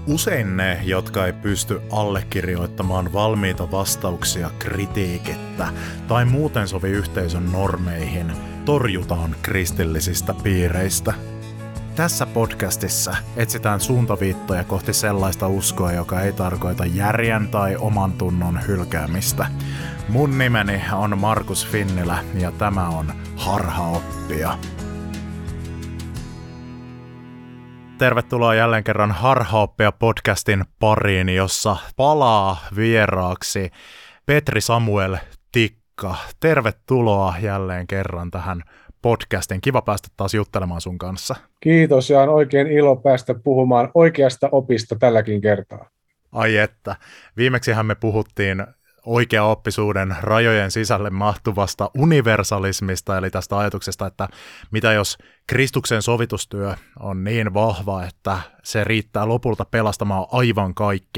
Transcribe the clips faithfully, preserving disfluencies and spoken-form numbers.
Usein ne, jotka ei pysty allekirjoittamaan valmiita vastauksia kritiikittä tai muuten sovi yhteisön normeihin, torjutaan kristillisistä piireistä. Tässä podcastissa etsitään suuntaviittoja kohti sellaista uskoa, joka ei tarkoita järjen tai oman tunnon hylkäämistä. Mun nimeni on Markus Finnilä ja tämä on Harhaoppia. Tervetuloa jälleen kerran Harhaoppia podcastin pariin, jossa palaa vieraaksi Petri Samuel Tikka. Tervetuloa jälleen kerran tähän podcastiin. Kiva päästä taas juttelemaan sun kanssa. Kiitos ja on oikein ilo päästä puhumaan oikeasta opista tälläkin kertaa. Ai että. Viimeksihän me puhuttiin oikeaoppisuuden rajojen sisälle mahtuvasta universalismista, eli tästä ajatuksesta, että mitä jos Kristuksen sovitustyö on niin vahva, että se riittää lopulta pelastamaan aivan kaikki.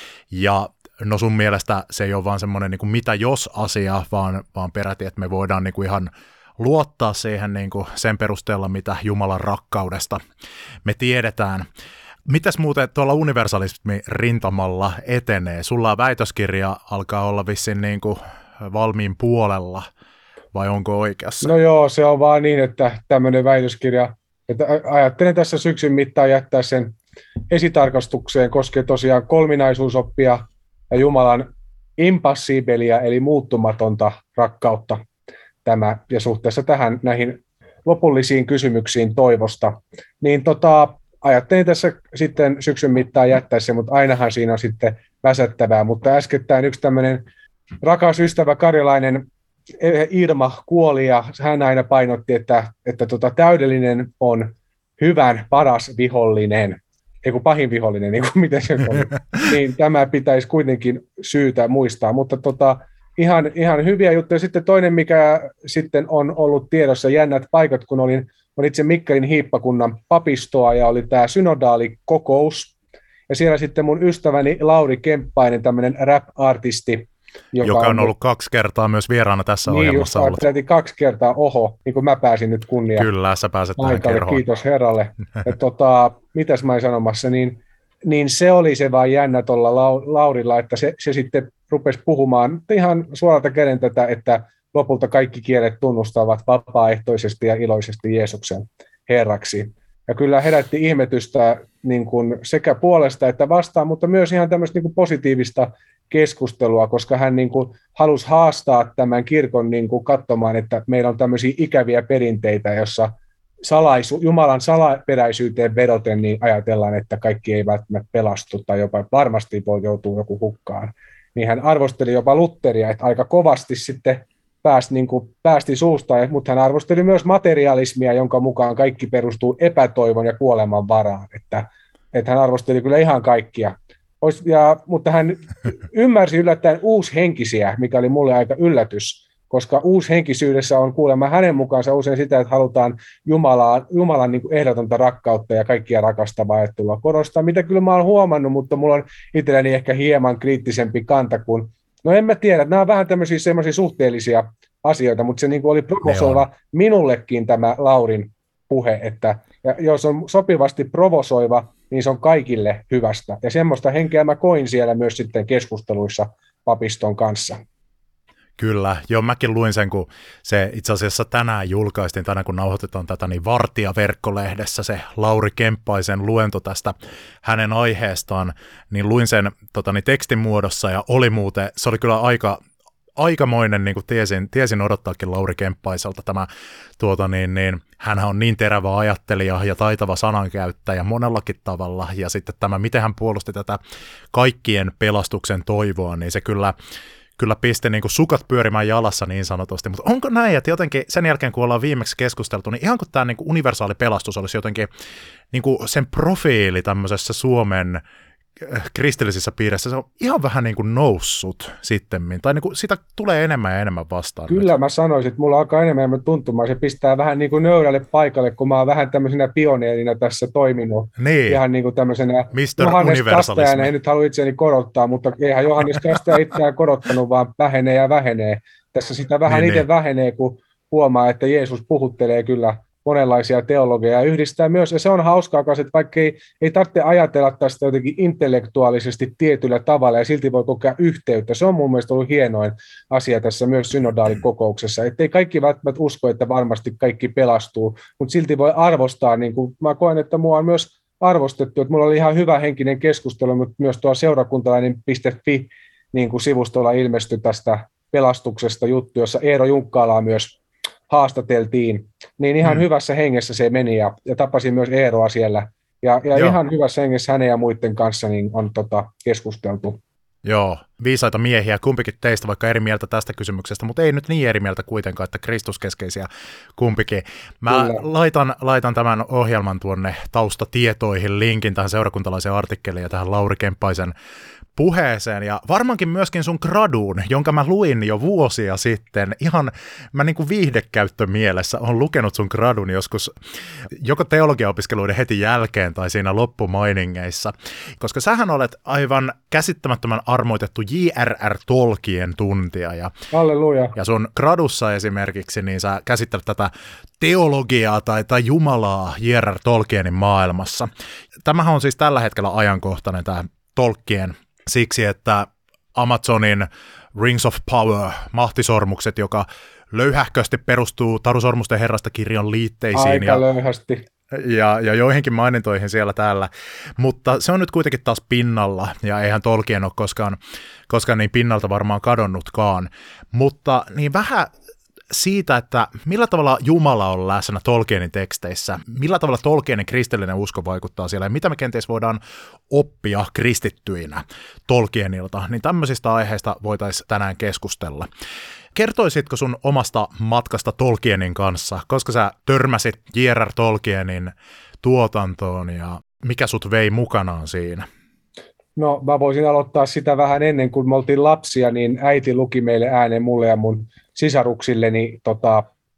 Ja no sun mielestä se ei ole vaan semmoinen niin kuin mitä jos asia, vaan, vaan peräti, että me voidaan niin kuin ihan luottaa siihen niin kuin sen perusteella, mitä Jumalan rakkaudesta me tiedetään. Mitäs muuten tuolla universalismin rintamalla etenee? Sulla väitöskirja alkaa olla vissiin niin kuin valmiin puolella, vai onko oikeassa? No joo, se on vaan niin, että tämmöinen väitöskirja, että ajattelen tässä syksyn mittaan jättää sen esitarkastukseen, koskee tosiaan kolminaisuusoppia ja Jumalan impassiibelia, eli muuttumatonta rakkautta tämä, ja suhteessa tähän näihin lopullisiin kysymyksiin toivosta, niin tota, ajattelin tässä sitten syksyn mittaan jättää se, mutta ainahan siinä on sitten väsättävää. Mutta äskettäin yksi tämmöinen rakas ystävä karjalainen Irma kuoli ja hän aina painotti, että, että tota, täydellinen on hyvän paras vihollinen, ei kun pahin vihollinen, niin kuin miten se oli. Niin tämä pitäisi kuitenkin syytä muistaa, mutta tota, ihan, ihan hyviä juttuja. Sitten toinen, mikä sitten on ollut tiedossa, jännät paikat, kun olin Olin itse Mikkelin hiippakunnan papistoa ja oli tämä synodaalikokous. Ja siellä sitten mun ystäväni Lauri Kemppainen, tämmöinen rap-artisti. Joka, joka on ollut kaksi kertaa myös vieraana tässä niin, ohjelmassa ollut. Niin, kaksi kertaa, oho, niin kuin mä pääsin nyt kunnia. Kyllä, sä pääset tähän kerhoon. Kiitos herralle. Ja tota, mitäs mä olin sanomassa, niin, niin se oli se vaan jännä tuolla Laurilla, että se, se sitten rupesi puhumaan ihan suoralta käden tätä, että lopulta kaikki kielet tunnustavat vapaaehtoisesti ja iloisesti Jeesuksen Herraksi. Ja kyllä herätti ihmetystä niin kuin sekä puolesta että vastaan, mutta myös ihan tämmöistä niin kuin positiivista keskustelua, koska hän niin kuin halusi haastaa tämän kirkon niin kuin katsomaan, että meillä on tämmöisiä ikäviä perinteitä, jossa salaisu, Jumalan salaperäisyyteen vedoten niin ajatellaan, että kaikki ei välttämättä pelastu tai jopa varmasti voi joutua joku hukkaan. Niin hän arvosteli jopa Lutheria, että aika kovasti sitten Päästi, niin kuin, päästi suusta, mutta hän arvosteli myös materialismia, jonka mukaan kaikki perustuu epätoivon ja kuoleman varaan. Että, että hän arvosteli kyllä ihan kaikkia. Ja, mutta hän ymmärsi yllättäen uushenkisiä, mikä oli mulle aika yllätys, koska uushenkisyydessä on kuulemma hänen mukaansa usein sitä, että halutaan Jumalaa, Jumalan niin kuin ehdotonta rakkautta ja kaikkia rakastavaa ajattelua korostaa, mitä kyllä mä oon huomannut, mutta mulla on itselläni ehkä hieman kriittisempi kanta kuin no en mä tiedä, nämä on vähän tämmöisiä semmoisia suhteellisia asioita, mutta se niin kuin oli provosoiva minullekin tämä Laurin puhe, että ja jos on sopivasti provosoiva, niin se on kaikille hyvästä. Ja semmoista henkeä mä koin siellä myös sitten keskusteluissa papiston kanssa. Kyllä, joo mäkin luin sen, kun se itse asiassa tänään julkaistiin, tänään kun nauhoitetaan tätä, niin Vartija-verkkolehdessä se Lauri Kemppaisen luento tästä hänen aiheestaan, niin luin sen tota, niin tekstin muodossa ja oli muuten, se oli kyllä aika, aikamoinen, niin kuin tiesin, tiesin odottaakin Lauri Kemppaiselta tämä, tuota, niin, niin, hänhän on niin terävä ajattelija ja taitava sanankäyttäjä monellakin tavalla, ja sitten tämä, miten hän puolusti tätä kaikkien pelastuksen toivoa, niin se kyllä Kyllä pisti niin kuin sukat pyörimään jalassa niin sanotusti, mutta onko näin, että jotenkin sen jälkeen, kun ollaan viimeksi keskusteltu, niin ihan kuin tämä niin kuin universaali pelastus olisi jotenkin niin kuin sen profiili tämmöisessä Suomen kristillisissä piirissä, se on ihan vähän niin kuin noussut sittemmin, tai niin kuin sitä tulee enemmän ja enemmän vastaan. Kyllä nyt. Mä sanoisin, että mulla alkaa enemmän enemmän tuntumaan, se pistää vähän niin kuin nöyrälle paikalle, kun mä oon vähän tämmöisenä pioneerina tässä toiminut. Niin. Ihan niin kuin tämmöisenä mister Johannes Universalismi. Kastajana, ei nyt halua itseäni korottaa, mutta eihän Johannes Kastaja itseään korottanut, vaan vähenee ja vähenee. Tässä sitä vähän niin, itse niin. vähenee, kun huomaa, että Jeesus puhuttelee kyllä monenlaisia teologiaa ja yhdistää myös, ja se on hauskaa kanssa, että vaikka ei, ei tarvitse ajatella tästä jotenkin intellektuaalisesti tietyllä tavalla, ja silti voi kokea yhteyttä. Se on mun mielestä ollut hienoin asia tässä myös synodaalikokouksessa, ettei kaikki välttämättä usko, että varmasti kaikki pelastuu, mutta silti voi arvostaa, niin kuin mä koen, että mua on myös arvostettu, että mulla oli ihan hyvä henkinen keskustelu, mutta myös tuo seurakuntalainen piste fi niin kuin sivustolla ilmestyi tästä pelastuksesta juttu, jossa Eero Junkkaalaa myös haastateltiin, niin ihan hmm. hyvässä hengessä se meni, ja, ja tapasin myös Eeroa siellä, ja, ja ihan hyvässä hengessä hänen ja muiden kanssa niin on tota, keskusteltu. Joo, viisaita miehiä, kumpikin teistä vaikka eri mieltä tästä kysymyksestä, mutta ei nyt niin eri mieltä kuitenkaan, että kristuskeskeisiä kumpikin. Mä laitan, laitan tämän ohjelman tuonne taustatietoihin, linkin tähän seurakuntalaisen artikkeliin ja tähän Lauri Kemppaisen puheeseen, ja varmaankin myöskin sun graduun, jonka mä luin jo vuosia sitten, ihan mä niin kuin viihdekäyttömielessä olen lukenut sun gradun joskus joko teologiaopiskeluiden heti jälkeen tai siinä loppumainingeissa, koska sähän olet aivan käsittämättömän armoitettu J R R Tolkien tuntija, ja, Halleluja. ja sun gradussa esimerkiksi, niin sä käsittelet tätä teologiaa tai, tai Jumalaa J R R Tolkienin maailmassa. Tämähän on siis tällä hetkellä ajankohtainen tämä Tolkien siksi, että Amazonin Rings of Power, mahtisormukset, joka löyhähkösti perustuu Taru Sormusten herrasta -kirjan liitteisiin. Aika ja, löyhästi. Ja, ja joihinkin mainintoihin siellä täällä, mutta se on nyt kuitenkin taas pinnalla, ja eihän Tolkien ole koskaan, koskaan niin pinnalta varmaan kadonnutkaan, mutta niin vähän siitä, että millä tavalla Jumala on läsnä Tolkienin teksteissä, millä tavalla Tolkienin kristillinen usko vaikuttaa siellä, ja mitä me kenties voidaan oppia kristittyinä Tolkienilta, niin tämmöisistä aiheista voitaisiin tänään keskustella. Kertoisitko sun omasta matkasta Tolkienin kanssa, koska sä törmäsit J R R Tolkienin tuotantoon, ja mikä sut vei mukanaan siinä? No, mä voisin aloittaa sitä vähän ennen, kun me oltiin lapsia, niin äiti luki meille ääneen mulle ja mun sisaruksilleni tota,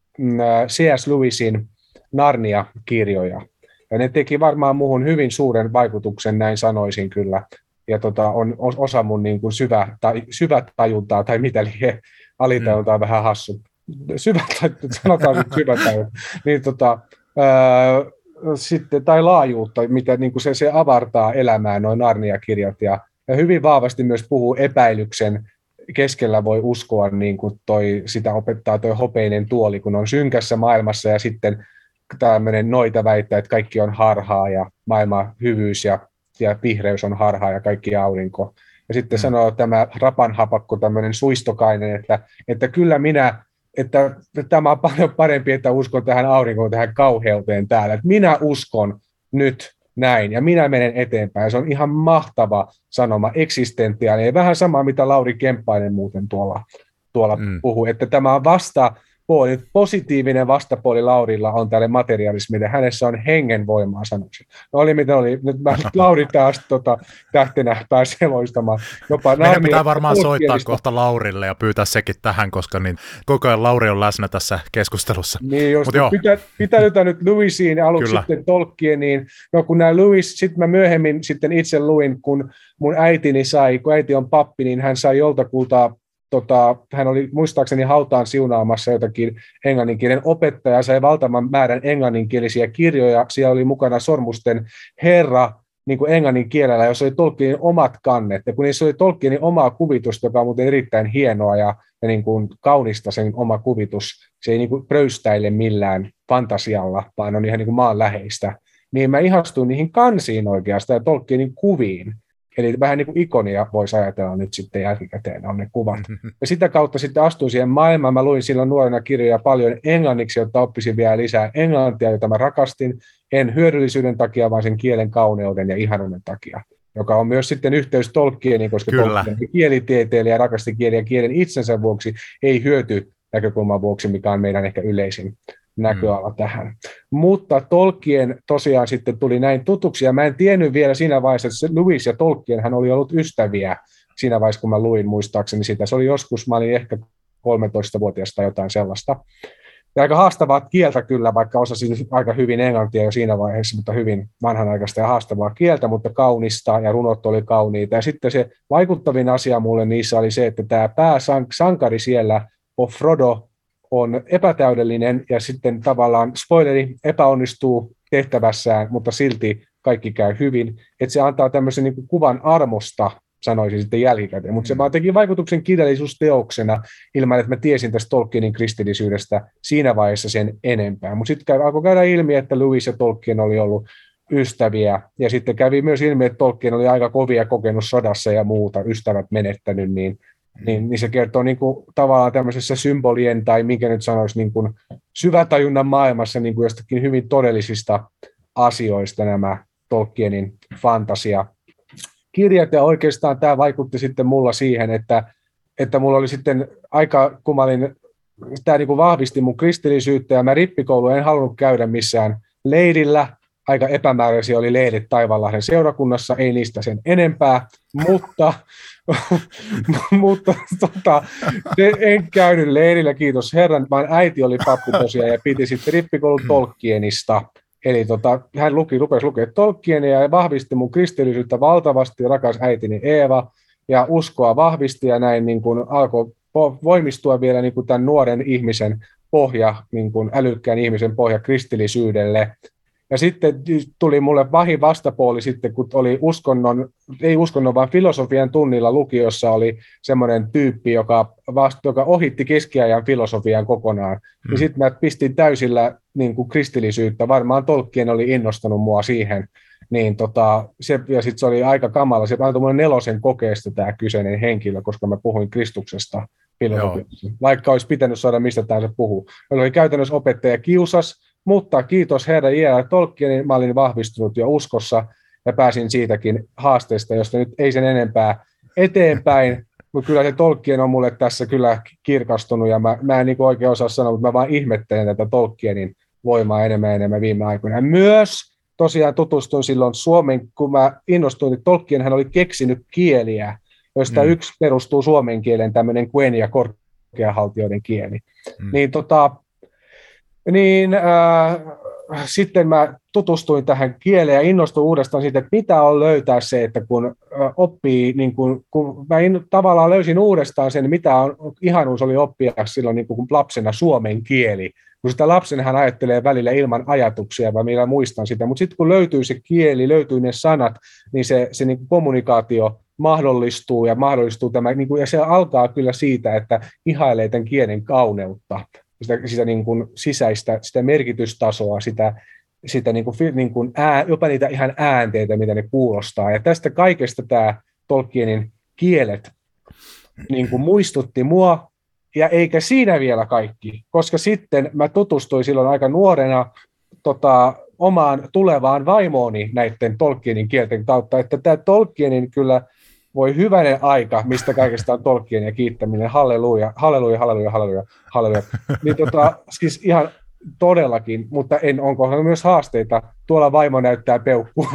C S Lewisin Narnia-kirjoja. Ja ne teki varmaan muuhun hyvin suuren vaikutuksen, näin sanoisin kyllä. Ja tota, on osa mun niin kuin syvä, tai, syvä tajuntaa, tai mitä liian alitajuntaa on mm. vähän hassu. Syvä, sanotaan nyt syvä tajunta. Niin, tota, ää, sitten, tai laajuutta, mitä niin kuin se, se avartaa elämää, noin Narnia-kirjat. Ja, ja hyvin vahvasti myös puhuu epäilyksen keskellä voi uskoa, niin kuin toi, sitä opettaa toi hopeinen tuoli, kun on synkässä maailmassa ja sitten tämmöinen noita väittää, että kaikki on harhaa ja maailman hyvyys ja, ja vihreys on harhaa ja kaikki aurinko. Ja sitten mm. sanoo tämä rapanhapakko, tämmöinen suistokainen, että, että kyllä minä, että tämä on paljon parempi, että uskon tähän aurinkoon, tähän kauheuteen täällä. Että minä uskon nyt näin, ja minä menen eteenpäin. Ja se on ihan mahtava sanoma, eksistentiaalinen. Ja vähän sama, mitä Lauri Kemppainen muuten tuolla, tuolla mm. puhui, että tämä on vastapuoli, positiivinen vastapuoli Laurilla on tälle materialismille. Hänessä on hengenvoimaa, sanoisin. No oli mitä oli. Nyt mä, Lauri taas tota, tähtenä pääsee loistamaan. Jopa meidän pitää varmaan soittaa kohta Laurille ja pyytää sekin tähän, koska niin koko ajan Lauri on läsnä tässä keskustelussa. Niin just, pitä, pitäydytään nyt Lewisiin ja aluksi Kyllä. sitten Tolkieniin. No kun nämä Lewis, sitten mä myöhemmin sitten itse luin, kun mun äitini sai, kun äiti on pappi, niin hän sai joltakulta Tota, hän oli muistaakseni hautaan siunaamassa jotakin englanninkielen opettaja, sai valtavan määrän englanninkielisiä kirjoja, siellä oli mukana Sormusten herra niin kuin englannin kielellä, jossa oli Tolkienin omat kannet, ja kun niissä oli Tolkienin omaa kuvitusta, joka on muuten erittäin hienoa ja, ja niin kuin kaunista sen oma kuvitus, se ei niin kuin pröystäile millään fantasialla, vaan on ihan niin kuin maanläheistä, niin mä ihastuin niihin kansiin oikeastaan ja Tolkienin kuviin. Eli vähän niin kuin ikonia voisi ajatella nyt sitten jälkikäteen, on ne kuvat. Ja sitä kautta sitten astuin siihen maailmaan. Mä luin silloin nuorena kirjoja paljon englanniksi, jotta oppisin vielä lisää englantia, jota mä rakastin. En hyödyllisyyden takia, vaan sen kielen kauneuden ja ihanuuden takia, joka on myös sitten yhteys Tolkieniin, koska Kyllä. Tolkien kielitieteilijä rakasti kieliä kielen itsensä vuoksi, ei hyöty näkökulman vuoksi, mikä on meidän ehkä yleisin näköala hmm. tähän. Mutta Tolkien tosiaan sitten tuli näin tutuksi, ja mä en tiennyt vielä siinä vaiheessa, että Lewis ja Tolkien hän oli ollut ystäviä siinä vaiheessa, kun mä luin muistaakseni sitä. Se oli joskus, mä olin ehkä kolmetoistavuotias tai jotain sellaista. Ja aika haastavaa kieltä kyllä, vaikka osasin aika hyvin englantia jo siinä vaiheessa, mutta hyvin vanhanaikaista ja haastavaa kieltä, mutta kaunista, ja runot oli kauniita. Ja sitten se vaikuttavin asia mulle niissä oli se, että tämä pääsankari siellä, Frodo, on epätäydellinen ja sitten tavallaan spoileri epäonnistuu tehtävässään, mutta silti kaikki käy hyvin. Että se antaa tämmöisen niin kuin kuvan armosta, sanoisin sitten jälkikäteen, mutta se vaan teki vaikutuksen kirjallisuusteoksena ilman, että mä tiesin tästä Tolkienin kristillisyydestä siinä vaiheessa sen enempää. Mutta sitten alkoi käydä ilmi, että Lewis ja Tolkien oli ollut ystäviä, ja sitten kävi myös ilmi, että Tolkien oli aika kovia kokenut sodassa ja muuta, ystävät menettänyt, niin, niin, niin se kertoo niin kuin, tavallaan tämmöisessä symbolien, tai minkä nyt sanoisi, niin kuin syvätajunnan maailmassa niin kuin jostakin hyvin todellisista asioista nämä Tolkienin fantasia kirjat, ja oikeastaan tämä vaikutti sitten mulla siihen, että, että mulla oli sitten aika, kun mä olin, tämä niin kuin vahvisti mun kristillisyyttä, ja mä rippikoulu en halunnut käydä missään leirillä, aika epämääräisiä oli leirit Taivanlahden seurakunnassa, ei niistä sen enempää, mutta, mutta tota, en käynyt leirillä, kiitos Herran, vaan äiti oli pappi tosiaan ja piti sitten rippikoulun Tolkienista. Eli tota, hän luki, rupesi lukemaan Tolkienia ja vahvisti mun kristillisyyttä valtavasti, rakas äitini Eeva, ja uskoa vahvisti ja näin niin kuin alkoi voimistua vielä niin kuin tämän nuoren ihmisen pohja, niin kuin älykkään ihmisen pohja kristillisyydelle. Ja sitten tuli mulle vahin vastapuoli sitten, kun oli uskonnon, ei uskonnon, vaan filosofian tunnilla lukiossa oli semmoinen tyyppi, joka, vasta, joka ohitti keskiajan filosofian kokonaan. Hmm. Ja sitten mä pistin täysillä niin kuin kristillisyyttä. Varmaan Tolkien oli innostanut mua siihen. Niin tota, se, ja sitten se oli aika kamala. Se antoi mulle nelosen kokeesta tämä kyseinen henkilö, koska mä puhuin Kristuksesta filosofiassa. Joo. Vaikka olisi pitänyt saada mistä tahansa puhua. Meillä oli käytännössä opettaja kiusas, mutta kiitos Herra Jee Tolkienin, mä olin vahvistunut jo uskossa ja pääsin siitäkin haasteesta, josta nyt ei sen enempää eteenpäin, mutta kyllä se Tolkien on mulle tässä kyllä kirkastunut ja mä, mä en niin oikein osaa sanoa, mutta mä vaan ihmettelen tätä Tolkienin voimaa enemmän ja enemmän viime aikoina. Ja myös tosiaan tutustuin silloin Suomen, kun mä innostuin, että Tolkien hän oli keksinyt kieliä, joista mm. yksi perustuu suomen kielen, tämmöinen Quenya korkeahaltijoiden kieli. Mm. Niin tota, Niin äh, sitten mä tutustuin tähän kieleen ja innostuin uudestaan siitä, että mitä on löytää se, että kun äh, oppii, niin kun, kun mä in, tavallaan löysin uudestaan sen, mitä on, ihanuus oli oppia silloin niin kun lapsena suomen kieli. Kun sitä lapsen hän ajattelee välillä ilman ajatuksia, vaan millä muistan sitä, mutta sitten kun löytyy se kieli, löytyy ne sanat, niin se, se niin kommunikaatio mahdollistuu ja mahdollistuu tämä, niin kun, ja se alkaa kyllä siitä, että ihailee tämän kielen kauneutta. Sitä, sitä niin kuin sisäistä, sitä merkitystasoa, sitä, sitä niin kuin, niin kuin ää, jopa niitä ihan äänteitä, mitä ne kuulostaa. Ja tästä kaikesta tämä Tolkienin kielet niin kuin muistutti mua, ja eikä siinä vielä kaikki, koska sitten mä tutustuin silloin aika nuorena tota, omaan tulevaan vaimooni näiden Tolkienin kielten kautta, että tämä Tolkienin kyllä voi hyvänen aika, mistä kaikesta on Tolkien ja kiittäminen, halleluja, halleluja, halleluja, halleluja, halleluja. Niin tota, siis ihan todellakin, mutta en on kohdannut myös haasteita. Tuolla vaimo näyttää peukkua.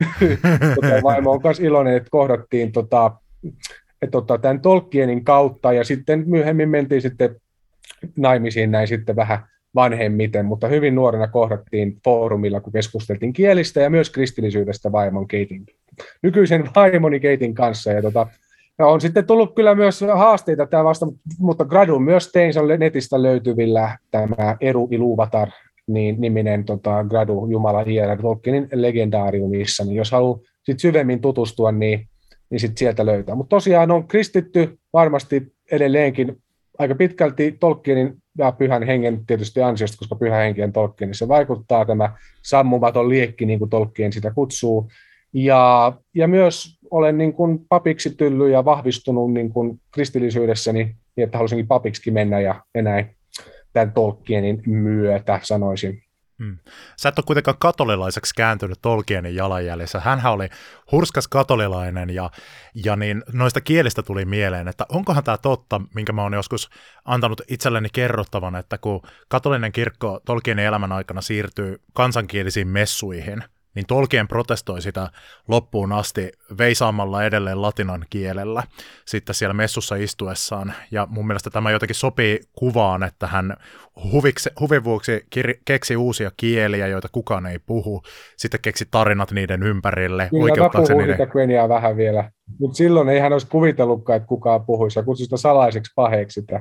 tota, vaimo on myös iloinen, että kohdattiin tota, et, tota, tämän Tolkienin kautta, ja sitten myöhemmin mentiin sitten naimisiin näin sitten vähän vanhemmiten, mutta hyvin nuorena kohdattiin foorumilla, kun keskusteltiin kielistä ja myös kristillisyydestä vaimon Katein, nykyisen vaimoni Katein kanssa. Ja tota, ja on sitten tullut kyllä myös haasteita tämä vasta, mutta Gradun myös tein, se on netistä löytyvillä tämä Eru Iluvatar niin niminen tota, Gradu Jumala J R R Tolkienin legendaariumissa, niin jos haluaa sit syvemmin tutustua, niin, niin sit sieltä löytää. Mutta tosiaan on kristitty varmasti edelleenkin aika pitkälti Tolkienin ja pyhän hengen tietysti ansiosta, koska pyhä henki on Tolkien, niin se vaikuttaa tämä sammumaton liekki, niin kuin Tolkien sitä kutsuu. Ja, ja myös olen niin kuin papiksi tylly ja vahvistunut niin kuin kristillisyydessäni, niin että halusinkin papiksikin mennä ja, ja näin tämän Tolkienin myötä sanoisin. Hmm. Sä et ole kuitenkaan katolilaiseksi kääntynyt Tolkienin jalanjäljissä. Hänhän oli hurskas katolilainen ja, ja niin noista kielistä tuli mieleen, että onkohan tämä totta, minkä mä oon joskus antanut itselleni kerrottavan, että kun katolinen kirkko Tolkienin elämän aikana siirtyy kansankielisiin messuihin, niin Tolkien protestoi sitä loppuun asti veisaamalla edelleen latinan kielellä sitten siellä messussa istuessaan. Ja mun mielestä tämä jotenkin sopii kuvaan, että hän huviksi, huvin vuoksi kir- keksi uusia kieliä, joita kukaan ei puhu. Sitten keksi tarinat niiden ympärille. Kyllä mä puhun niiden... sitä Quenya vähän vielä. Mutta silloin ei hän olisi kuvitellutkaan, että kukaan puhuisi. Ja kutsui sitä salaiseksi paheeksi sitä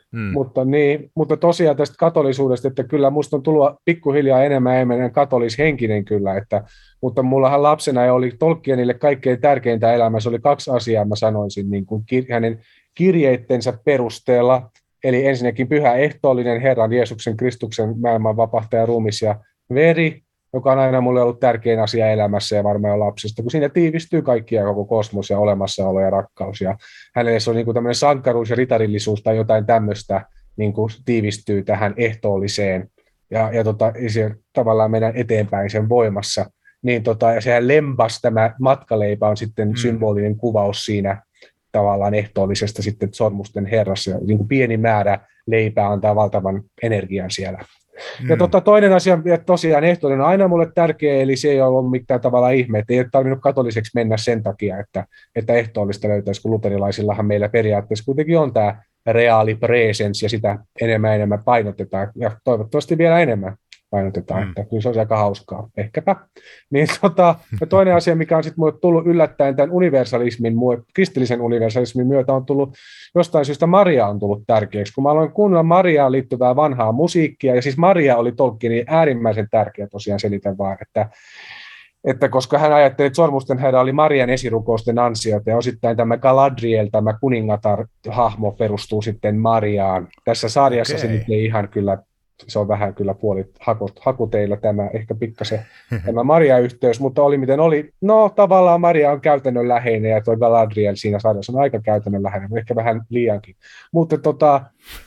Mm. Mutta, niin, mutta tosiaan tästä katolisuudesta, että kyllä musta on tullut pikkuhiljaa enemmän ja enemmän katolishenkinen kyllä, että, mutta mullahan lapsena oli Tolkienille kaikkein tärkeintä elämässä, oli kaksi asiaa, mä sanoisin, niin kuin kir- hänen kirjeittensä perusteella, eli ensinnäkin pyhä ehtoollinen Herran Jeesuksen Kristuksen maailman vapahtaja ruumis ja veri, joka on aina mulle ollut tärkein asia elämässä ja varmaan jo lapsesta, kun siinä tiivistyy kaikkia koko kosmos ja olemassaolo ja rakkaus. Ja hänelle se on niin kuin tämmöinen sankaruus ja ritarillisuus tai jotain tämmöistä niin kuin tiivistyy tähän ehtoolliseen ja, ja tota, se tavallaan meidän eteenpäin sen voimassa. Niin tota, ja sehän lempas, tämä matkaleipä on sitten mm. symbolinen kuvaus siinä tavallaan ehtoollisesta sitten sormusten herrassa. Ja niin kuin pieni määrä leipää antaa valtavan energian siellä. Mm. Ja tota, toinen asia, että tosiaan ehtoollinen on aina mulle tärkeä, eli se ei ole ollut mitään tavalla ihme, että ei ole tarvinnut katoliseksi mennä sen takia, että, että ehtoollista löytäisi, kun luterilaisillahan meillä periaatteessa kuitenkin on tämä reaali presence, ja sitä enemmän enemmän painotetaan, ja toivottavasti vielä enemmän painotetaan, mm. että kyllä se on aika hauskaa, ehkäpä. Niin, tota, ja toinen asia, mikä on sitten mulle tullut yllättäen tämän universalismin, kristillisen universalismin myötä on tullut, jostain syystä Maria on tullut tärkeäksi, kun mä aloin kuunnella Mariaan liittyvää vanhaa musiikkia, ja siis Maria oli Tolkienin äärimmäisen tärkeä, tosiaan selitän vaan, että, että koska hän ajatteli, että sormusten herra oli Marian esirukousten ansiota, ja osittain tämä Galadriel, tämä kuningatar-hahmo perustuu sitten Mariaan. Tässä sarjassa okay. Se nyt ei ihan kyllä, se on vähän kyllä puoli hakuteilla tämä, ehkä pikkasen tämä Maria-yhteys, mutta oli miten oli. No tavallaan Maria on käytännönläheinen ja tuo Galadriel siinä sarjassa on aika käytännönläheinen, ehkä vähän liiankin. Mutta tota,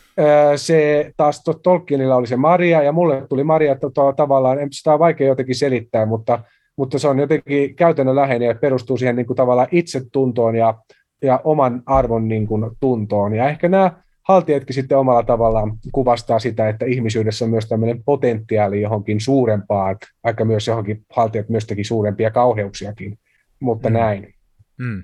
se taas Tolkienilla oli se Maria ja mulle tuli Maria tota, tavallaan, sitä on vaikea jotenkin selittää, mutta, mutta se on jotenkin käytännönläheinen ja perustuu siihen niin kuin tavallaan itsetuntoon ja, ja oman arvon niin kuin tuntoon. Ja ehkä nämä haltijatkin sitten omalla tavallaan kuvastaa sitä, että ihmisyydessä on myös tämmöinen potentiaali johonkin suurempaan, vaikka myös johonkin haltijat myös teki suurempia kauheuksiakin, mutta mm. näin. Mm.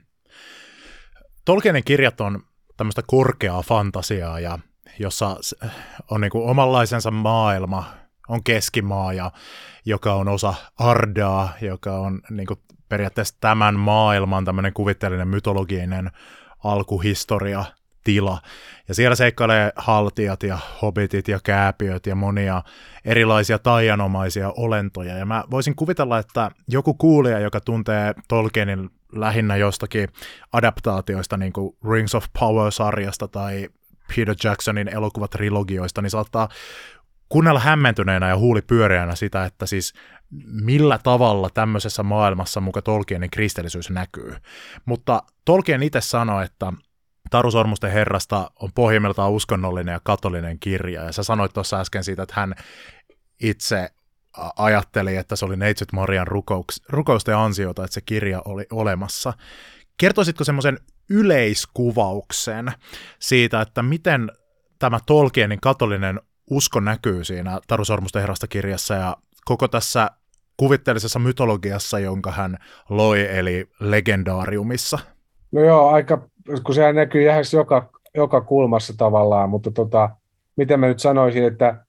Tolkienin kirjat on tämmöistä korkeaa fantasiaa, ja jossa on niin kuin omanlaisensa maailma, on keskimaa, ja, joka on osa Ardaa, joka on niin kuin periaatteessa tämän maailman tämmöinen kuvitteellinen mytologinen alkuhistoria, tila. Ja siellä seikkailee haltijat ja hobbitit ja kääpiöt ja monia erilaisia taianomaisia olentoja. Ja mä voisin kuvitella, että joku kuulija, joka tuntee Tolkienin lähinnä jostakin adaptaatioista, niin kuin Rings of Power-sarjasta tai Peter Jacksonin elokuvatrilogioista, niin saattaa kuunnella hämmentyneenä ja huuli pyöreänä sitä, että siis millä tavalla tämmöisessä maailmassa muka Tolkienin kristillisyys näkyy. Mutta Tolkien itse sanoi, että Taru Sormusten herrasta on pohjimmiltaan uskonnollinen ja katolinen kirja, ja sä sanoit tuossa äsken siitä, että hän itse ajatteli, että se oli Neitsyt Marian rukouks- rukousten ansiota, että se kirja oli olemassa. Kertoisitko semmoisen yleiskuvauksen siitä, että miten tämä Tolkienin katolinen usko näkyy siinä Taru Sormusten herrasta kirjassa ja koko tässä kuvitteellisessa mytologiassa, jonka hän loi, eli legendaariumissa? No joo, aika, kun sehän näkyy lähes joka, joka kulmassa tavallaan, mutta tota, miten mä nyt sanoisin, että,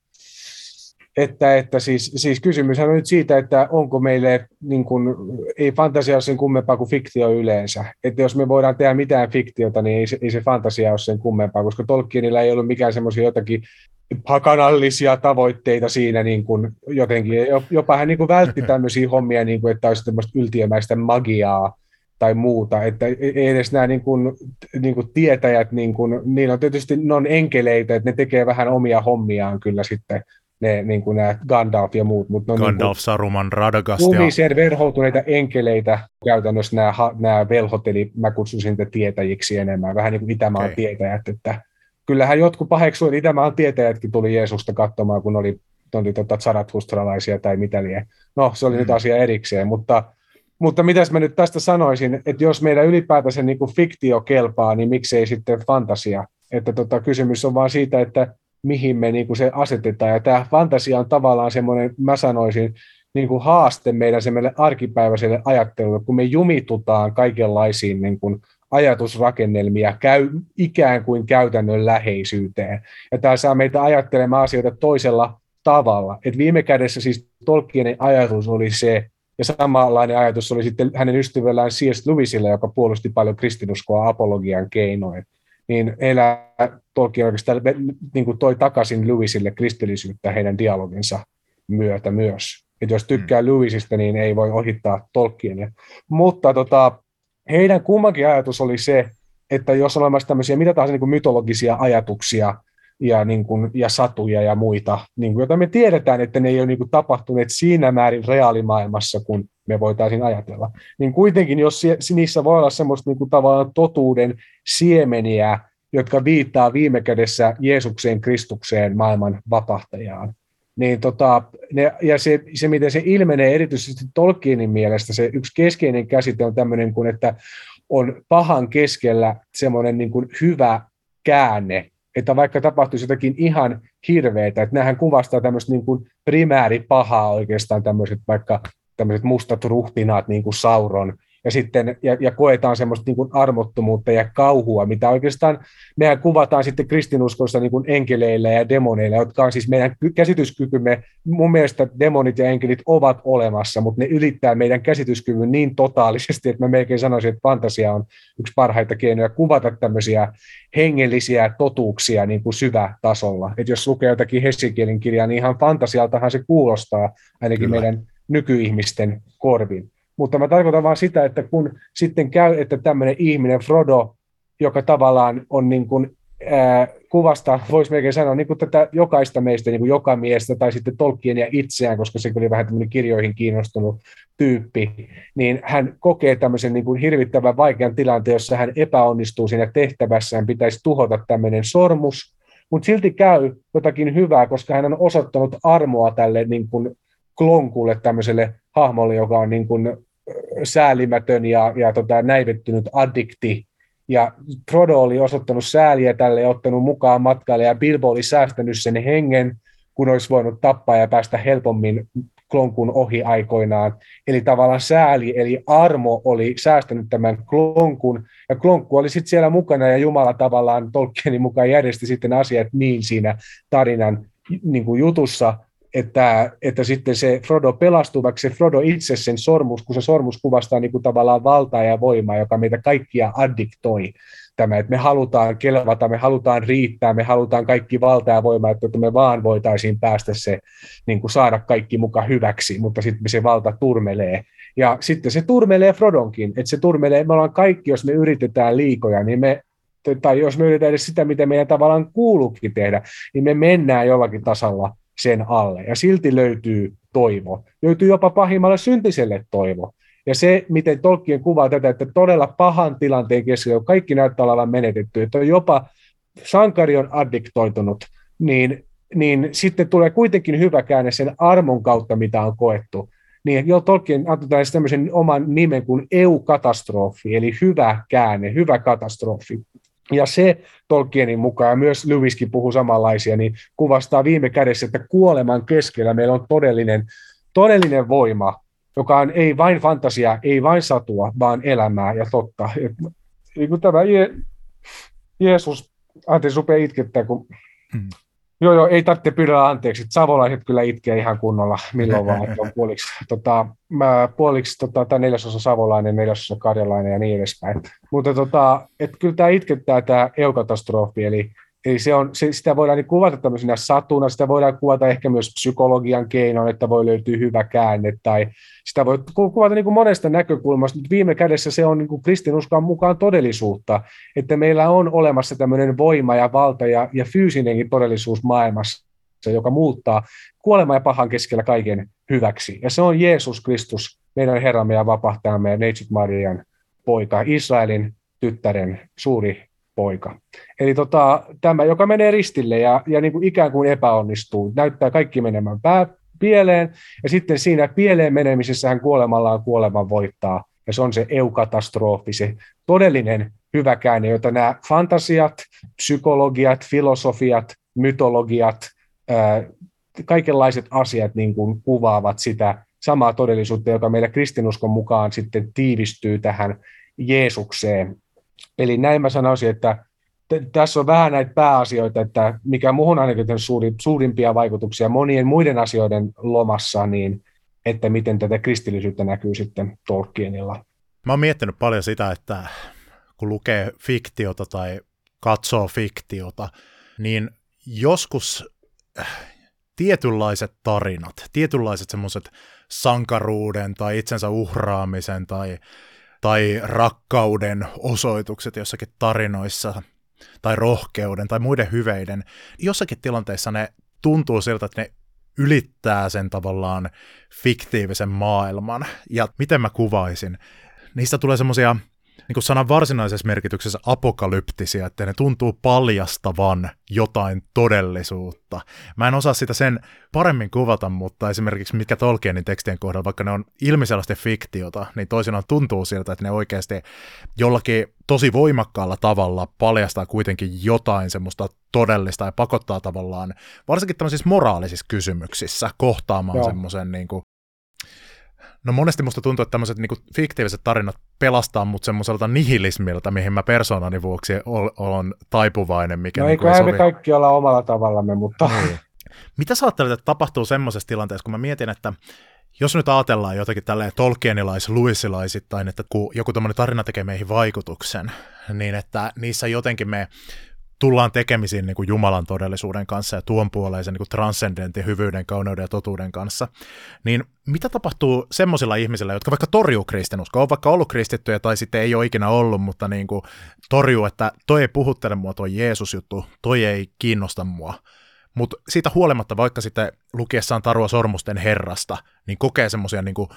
että, että siis, siis kysymyshän on nyt siitä, että onko meille, niin kuin, ei fantasia ole sen kummempaa kuin fiktio yleensä. Että jos me voidaan tehdä mitään fiktiota, niin ei se, ei se fantasia ole sen kummempaa, koska Tolkienilla ei ollut mikään semmoisia jotakin hakanallisia tavoitteita siinä niin kuin jotenkin. Jopa hän niin kuin vältti tämmöisiä hommia, niin kuin, että olisi tämmöistä yltiömäistä magiaa tai muuta, että ei edes nämä niin kuin, niin kuin tietäjät, niin kuin, niillä on tietysti ne on enkeleitä, että ne tekee vähän omia hommiaan kyllä sitten, ne, niin kuin nämä Gandalf ja muut. Mutta Gandalf, niin kuin, Saruman, Radagast. Kumiseen verhoutuneita enkeleitä käytännössä nämä, nämä velhot, eli mä kutsun niitä tietäjiksi enemmän, vähän niin kuin Itämaan okay. tietäjät, että kyllähän jotkut paheksuivat, että Itämaan tietäjätkin tuli Jeesusta katsomaan, kun oli, oli tota zarathustralaisia tai mitä liian. No, se oli mm. nyt asia erikseen, mutta Mutta mitäs mä nyt tästä sanoisin, että jos meidän ylipäätänsä niin kuin fiktio kelpaa, niin miksei sitten fantasia? Että tota, kysymys on vaan siitä, että mihin me niin kuin se asetetaan. Ja tämä fantasia on tavallaan semmoinen, mä sanoisin, niin kuin haaste meidän semmoille arkipäiväiselle ajattelulle, kun me jumitutaan kaikenlaisiin niin kuin ajatusrakennelmia käy, ikään kuin käytännön läheisyyteen. Ja tämä saa meitä ajattelemaan asioita toisella tavalla. Et viime kädessä siis Tolkienin ajatus oli se, ja samanlainen ajatus oli sitten hänen ystävällään C S. Lewisillä, joka puolusti paljon kristinuskoa apologian keinoin. niin heillä Tolkien oikeastaan niin kuin toi takaisin Lewisille kristillisyyttä heidän dialoginsa myötä myös. Että jos tykkää mm. Lewisistä, niin ei voi ohittaa Tolkienia. Mutta tota, heidän kummankin ajatus oli se, että jos on olemassa tämmöisiä mitä tahansa niin kuin mytologisia ajatuksia ja, niin kuin, ja satuja ja muita, niin kuin, joita me tiedetään, että ne ei ole niin kuin, tapahtuneet siinä määrin reaalimaailmassa, kun me voitaisiin ajatella, niin kuitenkin, jos niissä voi olla semmoista niin kuin, tavallaan totuuden siemeniä, jotka viittaa viime kädessä Jeesukseen, Kristukseen, maailman vapahtajaan, niin tota, ne, ja se, se, miten se ilmenee erityisesti Tolkienin mielestä, se yksi keskeinen käsite on tämmöinen kuin, että on pahan keskellä semmoinen niin kuin hyvä käänne, että vaikka tapahtuisi jotakin ihan hirveätä, että nämähän kuvastaa tämmöistä niin kuin primääripahaa oikeastaan tämmöiset vaikka tämmöiset mustat ruhtinaat niin kuin Sauron, ja sitten ja, ja koetaan semmoista niin kuin armottomuutta ja kauhua, mitä oikeastaan mehän kuvataan sitten kristinuskossa niin kuin enkeleillä ja demoneilla, jotka on siis meidän käsityskykymme, mun mielestä demonit ja enkelit ovat olemassa, mutta ne ylittää meidän käsityskyvyn niin totaalisesti, että mä melkein sanoisin, että fantasia on yksi parhaita keinoja kuvata tämmöisiä hengellisiä totuuksia niin kuin syvätasolla. Että jos lukee jotakin Hesekielin kirjaa, niin ihan fantasialtahan se kuulostaa ainakin Kyllä. meidän nykyihmisten korvin. Mutta mä tarkoitan vaan sitä, että kun sitten käy, että tämmöinen ihminen, Frodo, joka tavallaan on niin kuin, ää, kuvasta, voisi melkein sanoa, niin kuin tätä jokaista meistä, niin kuin joka miestä, tai sitten Tolkienia itseään, koska se oli vähän tämmöinen kirjoihin kiinnostunut tyyppi, niin hän kokee tämmöisen niin kuin hirvittävän vaikean tilanteen, jossa hän epäonnistuu siinä tehtävässään, pitäisi tuhota tämmöinen sormus, mutta silti käy jotakin hyvää, koska hän on osoittanut armoa tälle niin kuin Glonkulle, tämmöiselle hahmolle, joka on niin kuin säälimätön ja, ja tota, näivettynyt addikti. Ja Frodo oli osoittanut sääliä tälle ja ottanut mukaan matkaille, ja Bilbo oli säästänyt sen hengen, kun olisi voinut tappaa ja päästä helpommin Glonkun ohi aikoinaan. Eli tavallaan sääli, eli armo oli säästänyt tämän Glonkun, ja Glonkku oli sitten siellä mukana, ja Jumala tavallaan Tolkienin mukaan järjesti sitten asiat niin siinä tarinan niin kuin jutussa, Että, että sitten se Frodo pelastuu, vaikka se Frodo itse sen sormus, kun se sormus kuvastaa niin kuin tavallaan valtaa ja voimaa, joka meitä kaikkia addiktoi. Tämä, että me halutaan kelvata, me halutaan riittää, me halutaan kaikki valta ja voima, että me vaan voitaisiin päästä se, niin kuin saada kaikki muka hyväksi, mutta sitten se valta turmelee. Ja sitten se turmelee Frodonkin, että se turmelee, me ollaan kaikki, jos me yritetään liikoja, niin me, tai jos me yritetään edes sitä, mitä meidän tavallaan kuuluukin tehdä, niin me mennään jollakin tasalla sen alle, ja silti löytyy toivo. Löytyy jopa pahimmalle syntiselle toivo. Ja se, miten Tolkien kuvaa tätä, että todella pahan tilanteen keskellä, kaikki näyttää olevan menetetty, että jopa sankari on addiktoitunut, niin, niin sitten tulee kuitenkin hyvä käänne sen armon kautta, mitä on koettu. Niin jo Tolkien antaa tämmöisen oman nimen kuin eukatastrofi, eli hyvä käänne, hyvä katastrofi. Ja se Tolkienin mukaan, ja myös Lewiskin puhuu samanlaisia, niin kuvastaa viime kädessä, että kuoleman keskellä meillä on todellinen, todellinen voima, joka on ei vain fantasia, ei vain satua, vaan elämää ja totta. Et, kun tämä Je- Jeesus, anteeksi, rupeaa itkettää, kun... Hmm. Joo, joo, ei tarvitse pyydellä anteeksi. Savolaiset kyllä itkee ihan kunnolla, milloin vaan, että on puoliksi, tota, mä, puoliksi tota, tämä neljäsosa savolainen, neljäsosa karjalainen ja niin edespäin. Mutta tota, et kyllä tämä itkettää tämä eukatastrofi, eli, eli se on, se, sitä voidaan niin kuvata tämmöisenä satuna, sitä voidaan kuvata ehkä myös psykologian keinoin, että voi löytyä hyvä käänne, tai sitä voi kuvata niin kuin monesta näkökulmasta, mutta viime kädessä se on niin kuin kristinuskon mukaan todellisuutta, että meillä on olemassa tämmöinen voima ja valta ja, ja fyysinenkin todellisuus maailmassa, joka muuttaa kuoleman ja pahan keskellä kaiken hyväksi. Ja se on Jeesus Kristus, meidän Herramme ja vapahtajamme, Neitsyt Marian poika, Israelin tyttären suuri poika. Eli tota, tämä, joka menee ristille ja, ja niin kuin ikään kuin epäonnistuu, näyttää kaikki menemään pää, pieleen, ja sitten siinä pieleen menemisessähän kuolemallaan kuoleman voittaa, ja se on se eukatastrofi, se todellinen hyvä käänne, jota nämä fantasiat, psykologiat, filosofiat, mytologiat, ää, kaikenlaiset asiat niin kuin kuvaavat sitä samaa todellisuutta, joka meillä kristinuskon mukaan sitten tiivistyy tähän Jeesukseen. Eli näin mä sanoisin, että t- tässä on vähän näitä pääasioita, että mikä muuhun ainakin suuri, suurimpia vaikutuksia monien muiden asioiden lomassa, niin että miten tätä kristillisyyttä näkyy sitten Tolkienilla. Mä oon miettinyt paljon sitä, että kun lukee fiktiota tai katsoo fiktiota, niin joskus tietynlaiset tarinat, tietynlaiset semmoiset sankaruuden tai itsensä uhraamisen tai, tai rakkauden osoitukset jossakin tarinoissa tai rohkeuden tai muiden hyveiden, jossakin tilanteessa ne tuntuu siltä, että ne ylittää sen tavallaan fiktiivisen maailman. Ja miten mä kuvaisin? Niistä tulee semmoisia niin kuin sanan varsinaisessa merkityksessä apokalyptisia, että ne tuntuu paljastavan jotain todellisuutta. Mä en osaa sitä sen paremmin kuvata, mutta esimerkiksi mitkä Tolkienin tekstien kohdalla, vaikka ne on ilmiselvästi fiktiota, niin toisinaan tuntuu siltä, että ne oikeasti jollakin tosi voimakkaalla tavalla paljastaa kuitenkin jotain semmoista todellista ja pakottaa tavallaan, varsinkin tämmöisissä moraalisissa kysymyksissä, kohtaamaan semmoisen niin kuin no monesti musta tuntuu, että tämmöiset niinku fiktiiviset tarinat pelastaa mut semmoiselta nihilismilta, mihin mä persoonani vuoksi olen taipuvainen. Mikä no niinku eiköhän ei me kaikki olla omalla tavallamme, mutta... Niin. Mitä sä ajattelet, että tapahtuu semmoisessa tilanteessa, kun mä mietin, että jos nyt ajatellaan jotakin tälleen Tolkienilais, Lewisilaisittain, että kun joku tämmöinen tarina tekee meihin vaikutuksen, niin että niissä jotenkin me tullaan tekemisiin niin kuin Jumalan todellisuuden kanssa ja tuon puoleisen niin kuin transcendentin hyvyyden, kauneuden ja totuuden kanssa, niin mitä tapahtuu semmoisilla ihmisillä, jotka vaikka torjuu kristinuskoa, on vaikka ollut kristittyjä tai sitten ei ole ikinä ollut, mutta niin kuin torjuu, että toi ei puhuttele mua, toi Jeesus-juttu, toi ei kiinnosta mua. Mutta siitä huolimatta, vaikka sitten lukiessaan Tarua sormusten herrasta, niin kokee semmoisia niinku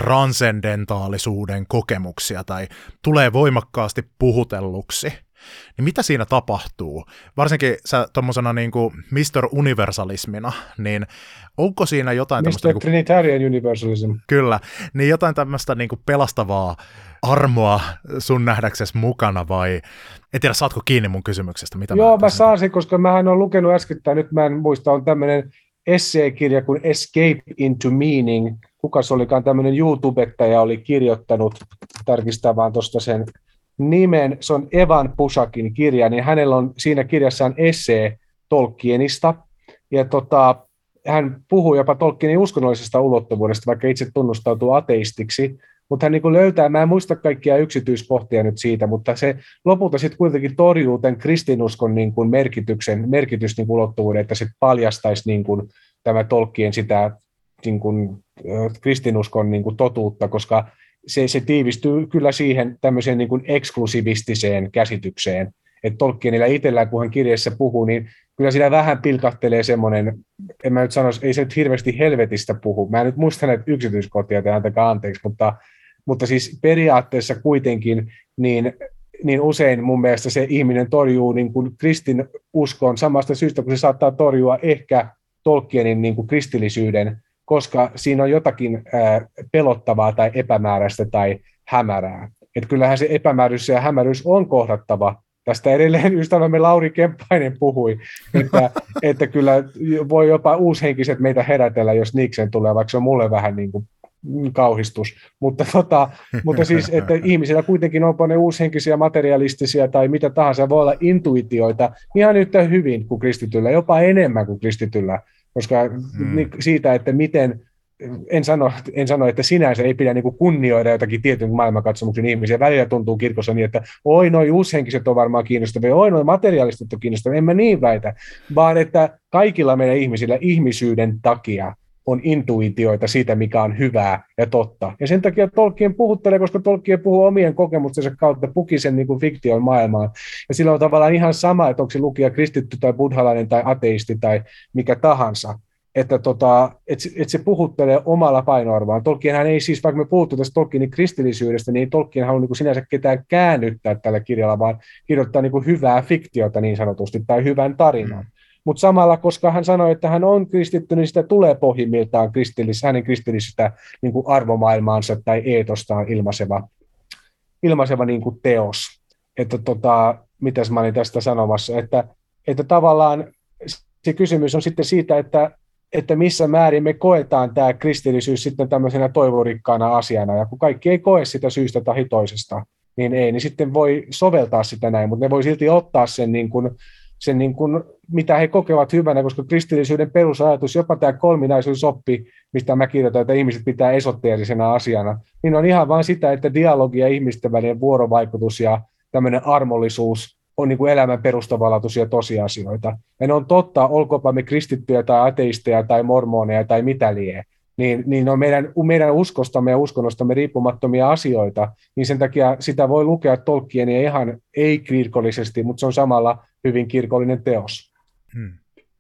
transcendentaalisuuden kokemuksia tai tulee voimakkaasti puhutelluksi. Niin mitä siinä tapahtuu? Varsinkin sä tommosena niinku mister Universalismina, niin onko siinä jotain tämmöistä... mister Niinku, Trinitarian Universalism. Kyllä, niin jotain tämmöistä niinku pelastavaa armoa sun nähdäksesi mukana vai... En tiedä, saatko kiinni mun kysymyksestä? Mitä Joo, mä, mä saan sen, koska mähän olen lukenut äskettäin, nyt mä en muista, on tämmöinen esseekirja kuin Escape into Meaning. Kuka se olikaan tämmöinen YouTubettaja oli kirjoittanut, tarkistaa vaan tuosta sen nimen, se on Evan Pusakin kirja, niin hänellä on siinä kirjassaan essee Tolkienista, ja tota, hän puhuu jopa Tolkienin uskonnollisesta ulottuvuudesta, vaikka itse tunnustautuu ateistiksi, mutta hän niin löytää, mä en muista kaikkia yksityiskohtia nyt siitä, mutta se lopulta sitten kuitenkin torjuu tämän kristinuskon niin kuin merkityksen, merkitys niin kuin ulottuvuuden, että se paljastaisi niin kuin tämä Tolkien sitä niin kuin, kristinuskon niin kuin totuutta, koska se, se tiivistyy kyllä siihen tämmöiseen niin kuin eksklusivistiseen käsitykseen, että Tolkienilla itsellään, kun hän kirjassa puhuu, niin kyllä siinä vähän pilkahtelee semmoinen, en mä nyt sano, ei se nyt hirveästi helvetistä puhu, mä en nyt muista näitä yksityiskohtia, te antakaa anteeksi, mutta, mutta siis periaatteessa kuitenkin, niin, niin usein mun mielestä se ihminen torjuu niin kuin kristinuskon samasta syystä, kun se saattaa torjua ehkä Tolkienin niin kuin kristillisyyden, koska siinä on jotakin ää, pelottavaa tai epämääräistä tai hämärää. Että kyllähän se epämääryys ja hämäryys on kohdattava. Tästä edelleen ystävämme Lauri Kemppainen puhui, että, että kyllä voi jopa uushenkiset meitä herätellä, jos niikseen tulee, vaikka se on mulle vähän niin kuin kauhistus. Mutta, tota, mutta siis, että ihmisillä kuitenkin onpa ne uushenkisiä, materialistisia tai mitä tahansa, voi olla intuitioita ihan yhtä hyvin kuin kristityllä, jopa enemmän kuin kristityllä, koska hmm. siitä, että miten... En sano, en sano, että sinänsä ei pidä niin kunnioida jotakin tietyn maailmankatsomuksen ihmisiä. Välillä tuntuu kirkossa niin, että oi, noi uushenkiset on varmaan kiinnostavia, oi, noi materialistit on kiinnostavia. En mä niin väitä, vaan että kaikilla meidän ihmisillä ihmisyyden takia on intuitioita siitä, mikä on hyvää ja totta. Ja sen takia Tolkien puhuttelee, koska Tolkien puhuu omien kokemustensa kautta pukisen niin kuin fiktion maailmaan. Ja sillä on tavallaan ihan sama, että onko se lukija kristitty tai buddhalainen tai ateisti tai mikä tahansa. Että tota, et, et se puhuttelee omalla painoarvoaan. Tolkienhan ei siis, vaikka me puhuttu tästä Tolkienin kristillisyydestä, niin Tolkien halua niin sinänsä ketään käännyttää tällä kirjalla, vaan kirjoittaa niin kuin hyvää fiktiota niin sanotusti, tai hyvän tarinan. Mm. Mutta samalla, koska hän sanoi, että hän on kristitty, niin sitä tulee pohjimmiltaan kristillis, hänen kristillisestä niin kuin arvomaailmaansa tai eetostaan ilmaiseva, ilmaiseva niin kuin teos. Että tota, mitäs mä olin tästä sanomassa, että, että tavallaan se kysymys on sitten siitä, että että missä määrin me koetaan tämä kristillisyys sitten tämmöisenä toivorikkaana asiana, ja kun kaikki ei koe sitä syystä tai toisesta, niin ei, niin sitten voi soveltaa sitä näin, mutta ne voi silti ottaa sen, niin kuin, sen niin kuin, mitä he kokevat hyvänä, koska kristillisyyden perusajatus, jopa tämä kolminaisuusoppi, mistä mä kirjoitan, että ihmiset pitää esoteerisena asiana, niin on ihan vain sitä, että dialogi ja ihmisten välinen vuorovaikutus ja tämmöinen armollisuus on niin kuin elämän perustavanlaatuisia tosiasioita. Ja ne on totta, olkoonpa me kristittyjä tai ateisteja tai mormoneja tai mitä lie, niin, niin ne on meidän, meidän uskostamme ja uskonnostamme riippumattomia asioita, niin sen takia sitä voi lukea Tolkienia ihan ei-kirkollisesti, mutta se on samalla hyvin kirkollinen teos. Hmm.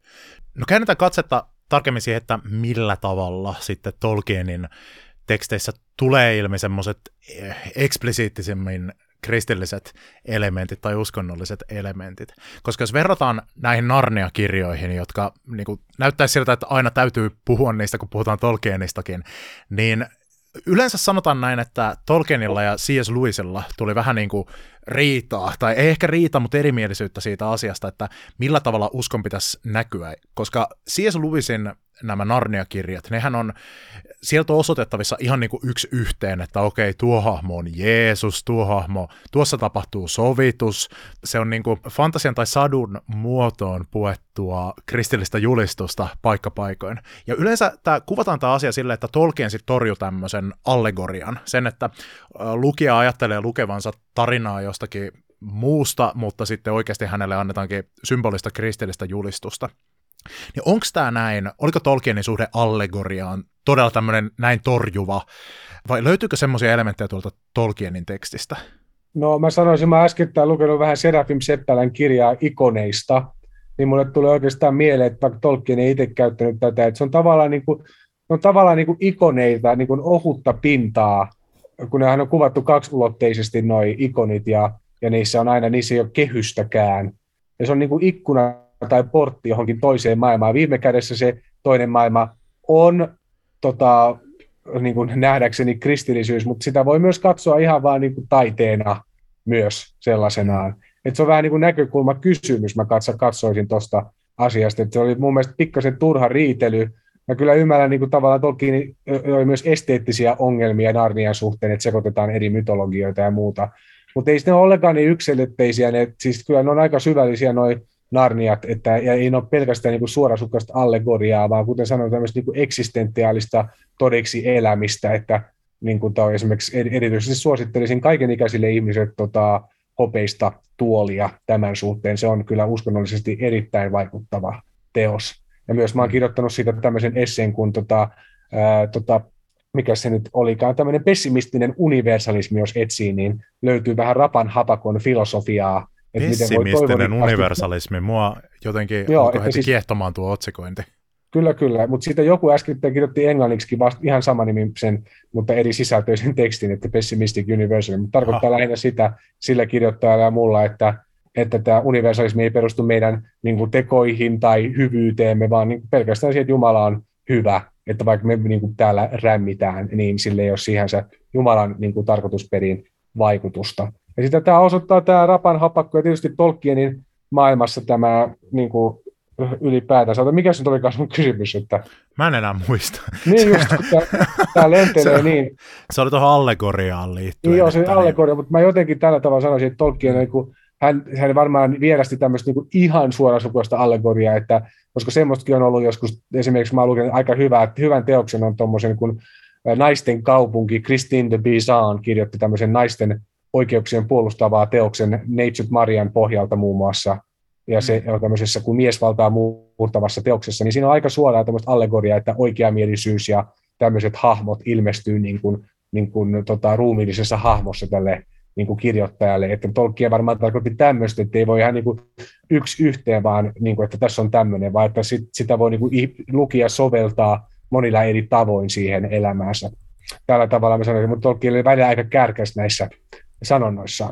No käännetään katsetta tarkemmin siihen, että millä tavalla sitten Tolkienin teksteissä tulee ilmi semmoiset eksplisiittisemmin kristilliset elementit tai uskonnolliset elementit. Koska jos verrataan näihin Narnia-kirjoihin, jotka niin kuin, näyttäisi siltä, että aina täytyy puhua niistä, kun puhutaan Tolkienistakin, niin yleensä sanotaan näin, että Tolkienilla ja C S. Lewisilla tuli vähän niin kuin riitaa, tai ei ehkä riita, mutta erimielisyyttä siitä asiasta, että millä tavalla uskon pitäisi näkyä, koska C S. Lewisin nämä Narnia-kirjat, nehän on, sieltä on osoitettavissa ihan niin kuin yksi yhteen, että okei, tuo hahmo on Jeesus, tuo hahmo, tuossa tapahtuu sovitus, se on niin kuin fantasian tai sadun muotoon puettua kristillistä julistusta paikkapaikoin. Ja yleensä tämä, kuvataan tämä asia silleen, että Tolkien sitten torjui tämmöisen allegorian, sen, että lukija ajattelee lukevansa tarinaa jostakin muusta, mutta sitten oikeasti hänelle annetaankin symbolista kristillistä julistusta. Niin onko tämä näin, oliko Tolkienin suhde allegoriaan todella tämmöinen näin torjuva, vai löytyykö semmoisia elementtejä tuolta Tolkienin tekstistä? No mä sanoisin, mä äskettäin lukenut vähän Serafim Seppälän kirjaa ikoneista, niin mulle tulee oikeastaan mieleen, että vaikka Tolkien ei itse käyttänyt tätä, että se on tavallaan, niin kuin, on tavallaan niin kuin ikoneita, niin kuin ohutta pintaa, kun nehän on kuvattu kaksiulotteisesti noi ikonit, ja, ja niissä on aina, niissä ei ole kehystäkään, ja se on niin kuin ikkuna tai portti johonkin toiseen maailmaan. Viime kädessä se toinen maailma on tota, niin kuin nähdäkseni kristillisyys, mutta sitä voi myös katsoa ihan vaan niin kuin taiteena myös sellaisenaan. Et se on vähän niin kuin näkökulmakysymys, mä katsoisin tuosta asiasta. Et se oli mun mielestä pikkasen turha riitely. Mä kyllä ymmärrän niin kuin tavallaan Tolkien oli myös esteettisiä ongelmia Narnian suhteen, että sekoitetaan eri mytologioita ja muuta. Mutta ei ne ole ollenkaan niin yksilötteisiä, ne, siis kyllä ne on aika syvällisiä noi Narniat, että ja ei ole pelkästään niin kuin suorasukkaista allegoriaa, vaan kuten sanoin, tämmöistä niin kuin eksistentiaalista todeksi elämistä, että niin kuin tämä esimerkiksi erityisesti suosittelisin kaikenikäisille ihmisille tota, hopeista tuolia tämän suhteen. Se on kyllä uskonnollisesti erittäin vaikuttava teos. Ja myös mä oon kirjoittanut siitä tämmöisen esseen, kun tota, ää, tota, mikä se nyt olikaan, tämmöinen pessimistinen universalismi, jos etsii, niin löytyy vähän Rapan Hapakon filosofiaa. Pessimistinen universalismi, mua jotenkin Joo, alkoi heti siis, kiehtomaan tuo otsikointi. Kyllä, kyllä, mutta siitä joku äsken kirjoitti englanniksi vasta ihan samanimisen, mutta eri sisältöisen tekstin, että pessimistic universalism, mutta tarkoittaa Aha. lähinnä sitä sillä kirjoittajalla ja mulla, että, että tämä universalismi ei perustu meidän niin kuin tekoihin tai hyvyyteemme, vaan niin kuin pelkästään siihen, että Jumala on hyvä, että vaikka me niin kuin täällä rämmitään, niin sille ei ole siihen se Jumalan niin kuin tarkoitusperiin vaikutusta. Ja sitä tämä osoittaa tämä Rapan Hapakko ja tietysti Tolkienin maailmassa tämä niin kuin ylipäätänsä. Mikä se nyt olikaan sun kysymys? Että... Mä en enää muista. Niin just, kun tämä lentelee niin. Se oli tuohon allegoriaan liittyen. Niin joo, se allegoria, mutta mä jotenkin tällä tavalla sanoisin, että Tolkien, niin kuin, hän, hän varmaan vierasti tämmöistä niin kuin ihan suorasukaista allegoriaa, että, koska semmoistakin on ollut joskus, esimerkiksi mä luken aika hyvää, että hyvän teoksen on tuommoisen kuin Naisten kaupunki, Christine de Pizan kirjoitti tämmöisen naisten oikeuksien puolustavaa teoksen Neitsyt Marian pohjalta muun muassa, ja se on tämmöisessä kuin miesvaltaa murtavassa teoksessa, niin siinä on aika suoraan tämmöistä allegoriaa, että oikeamielisyys ja tämmöiset hahmot ilmestyy niin kuin, niin kuin, tota, ruumiillisessa hahmossa tälle niin kuin kirjoittajalle, että Tolkien varmaan tarkoitti tämmöistä, että ei voi ihan niin kuin yksi yhteen, vaan niin kuin, että tässä on tämmöinen, vaan että sit, sitä voi niin kuin lukija soveltaa monilla eri tavoin siihen elämäänsä. Tällä tavalla mä sanoisin, mutta Tolkien oli välillä aika kärkäs näissä sanonnoissaan.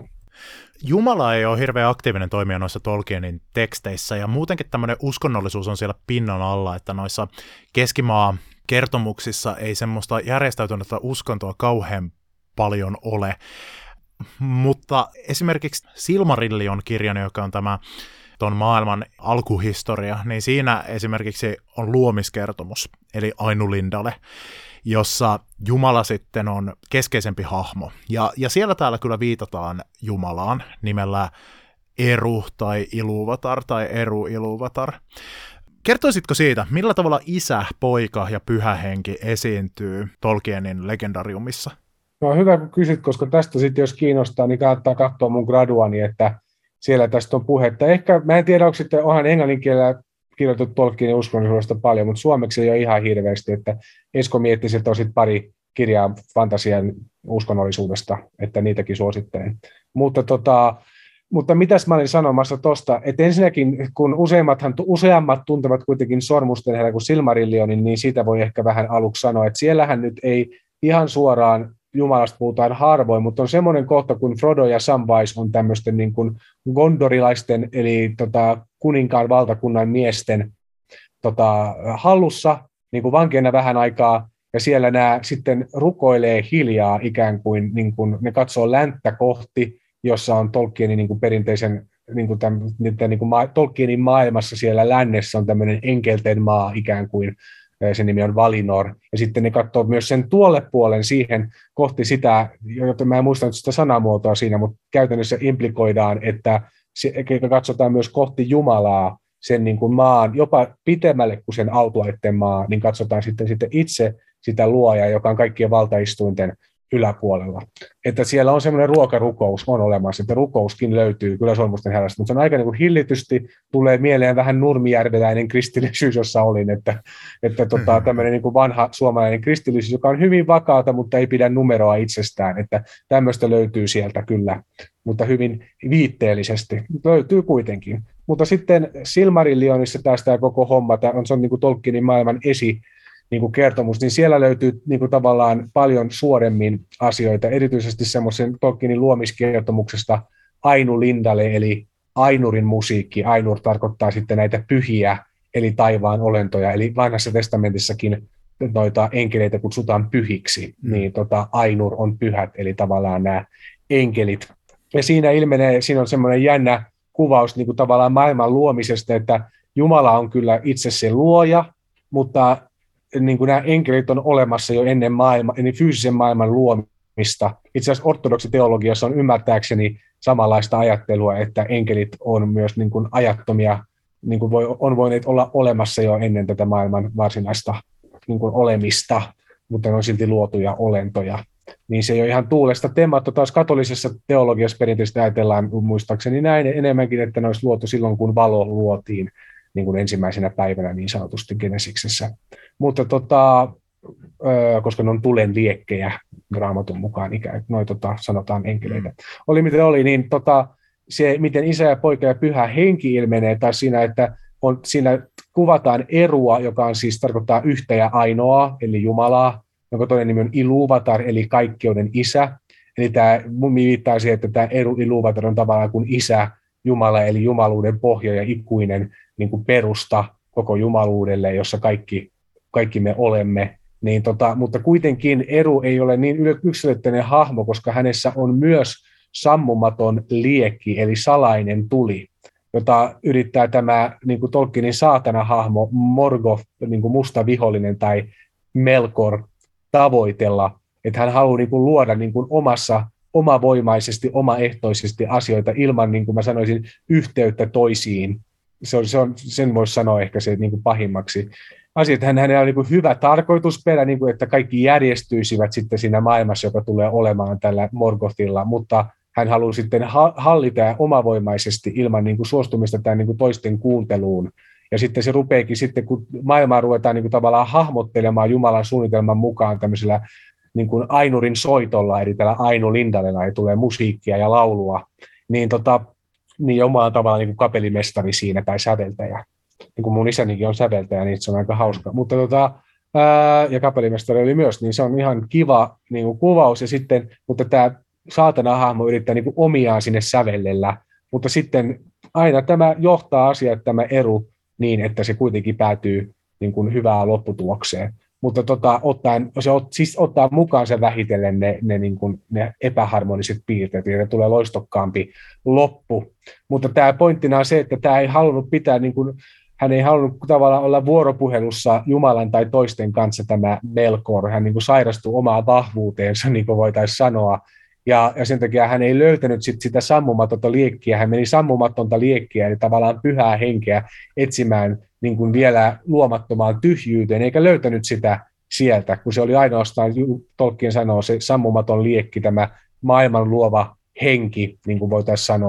Jumala ei ole hirveän aktiivinen toimija noissa Tolkienin teksteissä, ja muutenkin tämmöinen uskonnollisuus on siellä pinnan alla, että noissa keskimaa kertomuksissa ei semmoista järjestäytynyttä uskontoa kauhean paljon ole. Mutta esimerkiksi Silmarillion kirjan, joka on tämä tuon maailman alkuhistoria, niin siinä esimerkiksi on luomiskertomus, eli Ainulindale, jossa Jumala sitten on keskeisempi hahmo. Ja, ja siellä täällä kyllä viitataan Jumalaan nimellä Eru tai Iluvatar tai Eru Iluvatar. Kertoisitko siitä, millä tavalla isä, poika ja pyhä henki esiintyy Tolkienin legendariumissa? No hyvä kun kysyt, koska tästä sitten jos kiinnostaa, niin kannattaa katsoa mun graduani, että siellä tästä on puhetta. Ehkä, mä en tiedä, onko sitten, onhan englannin kielellä kirjoitettu Tolkienin uskonnollisuudesta paljon, mutta suomeksi ei ole ihan hirveästi, että Esko miettisi, että on sitten pari kirjaa fantasian uskonnollisuudesta, että niitäkin suosittelen. Mutta, tota, mutta mitäs mä olin sanomassa tuosta, että ensinnäkin, kun useimmathan, useammat tuntevat kuitenkin Sormusten herra kuin Silmarillionin, niin siitä voi ehkä vähän aluksi sanoa, että siellähän nyt ei ihan suoraan Jumalasta puhutaan harvoin, mutta on semmoinen kohta, kun Frodo ja Samwise on tämmöisten niin kuin gondorilaisten, eli tota, kuninkaan valtakunnan miesten tota, hallussa, niin kuin vankeina vähän aikaa, ja siellä nämä sitten rukoilee hiljaa ikään kuin, niin kuin ne katsoo länttä kohti, jossa on Tolkienin niin kuin perinteisen, niin kuin tämän, niin kuin ma- Tolkienin maailmassa siellä lännessä on tämmöinen enkelten maa ikään kuin, sen nimi on Valinor, ja sitten ne katsoo myös sen tuolle puolen siihen kohti sitä, jota mä en muista sitä sanamuotoa siinä, mutta käytännössä implikoidaan, että se, katsotaan myös kohti Jumalaa, sen niin kuin maan, jopa pitemmälle kuin sen autuaiden maa, niin katsotaan sitten, sitten itse sitä luojaa, joka on kaikkien valtaistuinten yläpuolella. Että siellä on semmoinen ruokarukous on olemassa, että rukouskin löytyy kyllä Sormusten herrasta, mutta se on aika niin kuin hillitysti, tulee mieleen vähän nurmijärveläinen kristillisyys, jossa olin, että, että tota, tämmöinen niin kuin vanha suomalainen kristillisyys, joka on hyvin vakaata, mutta ei pidä numeroa itsestään, että tämmöistä löytyy sieltä kyllä, mutta hyvin viitteellisesti löytyy kuitenkin. Mutta sitten Silmarillionissa taas tämä koko homma, tämä on, se on niin kuin Tolkienin maailman esi, niin kuin kertomus, niin siellä löytyy niin kuin tavallaan paljon suoremmin asioita, erityisesti semmoisen Tolkienin luomiskertomuksesta Ainu Lindalle, eli Ainurin musiikki. Ainur tarkoittaa sitten näitä pyhiä, eli taivaan olentoja, eli vanhassa testamentissakin noita enkeleitä kutsutaan pyhiksi, mm. niin tota, Ainur on pyhät, eli tavallaan nämä enkelit. Ja siinä ilmenee, siinä on semmoinen jännä kuvaus niin kuin tavallaan maailman luomisesta, että Jumala on kyllä itse se luoja, mutta niin kuin nämä enkelit on olemassa jo ennen maailma, ennen fyysisen maailman luomista. Itse asiassa ortodoksiteologiassa on ymmärtääkseni samanlaista ajattelua, että enkelit on myös niin kuin ajattomia, niin kuin voi, on voineet olla olemassa jo ennen tätä maailman varsinaista niin kuin olemista, mutta ne on silti luotuja olentoja. Niin se ei ole ihan tuulesta temmattu. Taas katolisessa teologiassa perinteisesti ajatellaan muistaakseni näin enemmänkin, että ne olisi luotu silloin, kun valo luotiin niin kuin ensimmäisenä päivänä niin sanotusti Genesiksessä. Mutta tota, koska ne on tulen liekkejä Raamatun mukaan, ikään noin tota, sanotaan enkeleitä. Oli miten oli, niin tota, se, miten isä ja poika ja pyhä henki ilmenee, tai siinä, että on, siinä kuvataan erua, joka on siis tarkoittaa yhtä ja ainoaa, eli Jumalaa, jonka toinen nimi on Ilúvatar, eli kaikkeuden isä. Eli tämä mun viittaa siihen, että tämä Eru Ilúvatar on tavallaan kuin isä, Jumala, eli jumaluuden pohja ja ikuinen niin kuin perusta koko jumaluudelle, jossa kaikki, kaikki me olemme. Niin tota, mutta kuitenkin Eru ei ole niin yksilöllinen hahmo, koska hänessä on myös sammumaton liekki, eli salainen tuli, jota yrittää tämä niin kuin Tolkienin saatana-hahmo Morgoth, niin kuin musta vihollinen tai Melkor, tavoitella. Että hän haluaa niin kuin luoda niin kuin omassa omavoimaisesti, omaehtoisesti asioita ilman, niin kuin mä sanoisin, yhteyttä toisiin. Se on, se on, sen voisi sanoa ehkä se niin kuin pahimmaksi asiat. Hänellä on niin kuin hyvä tarkoitusperä, niin kuin, että kaikki järjestyisivät sitten siinä maailmassa, joka tulee olemaan tällä Morgothilla, mutta hän haluaa sitten hallita ja omavoimaisesti ilman niin kuin suostumista tai niin kuin toisten kuunteluun. Ja sitten se rupeekin sitten, kun maailmaa ruvetaan niin kuin tavallaan hahmottelemaan Jumalan suunnitelman mukaan tämmöisellä niin kuin Ainurin soitolla, eli tällä Ainu Lindalena, ja tulee musiikkia ja laulua, niin, tota, niin omaan tavallaan niin kuin kapellimestari siinä tai säveltäjä. Niin kuin mun isänikin on säveltäjä, niin se on aika hauska. Mutta tota, ää, ja kapellimestari oli myös, niin se on ihan kiva niin kuin kuvaus, ja sitten, mutta tämä saatana-hahmo yrittää niin kuin omiaan sinne sävellellä, mutta sitten aina tämä johtaa asiat, tämä Eru, niin että se kuitenkin päätyy niin kuin hyvään lopputulokseen. Mutta tota, ottaen, se ot, siis ottaa mukaan sen vähitellen ne, ne, niin kuin, ne epäharmoniset piirteet, ja tulee loistokkaampi loppu. Mutta tämä pointtina on se, että tämä ei halunnut pitää, niin kuin, hän ei halunnut tavallaan olla vuoropuhelussa Jumalan tai toisten kanssa tämä Melkor. Hän niin kuin sairastui omaan vahvuuteensa, niin kuin voitaisiin sanoa. Ja, ja sen takia hän ei löytänyt sit sitä sammumatonta liekkiä, hän meni sammumatonta liekkiä, eli tavallaan pyhää henkeä etsimään niin kuin vielä luomattomaan tyhjyyteen, eikä löytänyt sitä sieltä, kun se oli ainoastaan, Tolkien sanoo, se sammumaton liekki, tämä maailman luova henki, niin kuin voitaisiin sanoa,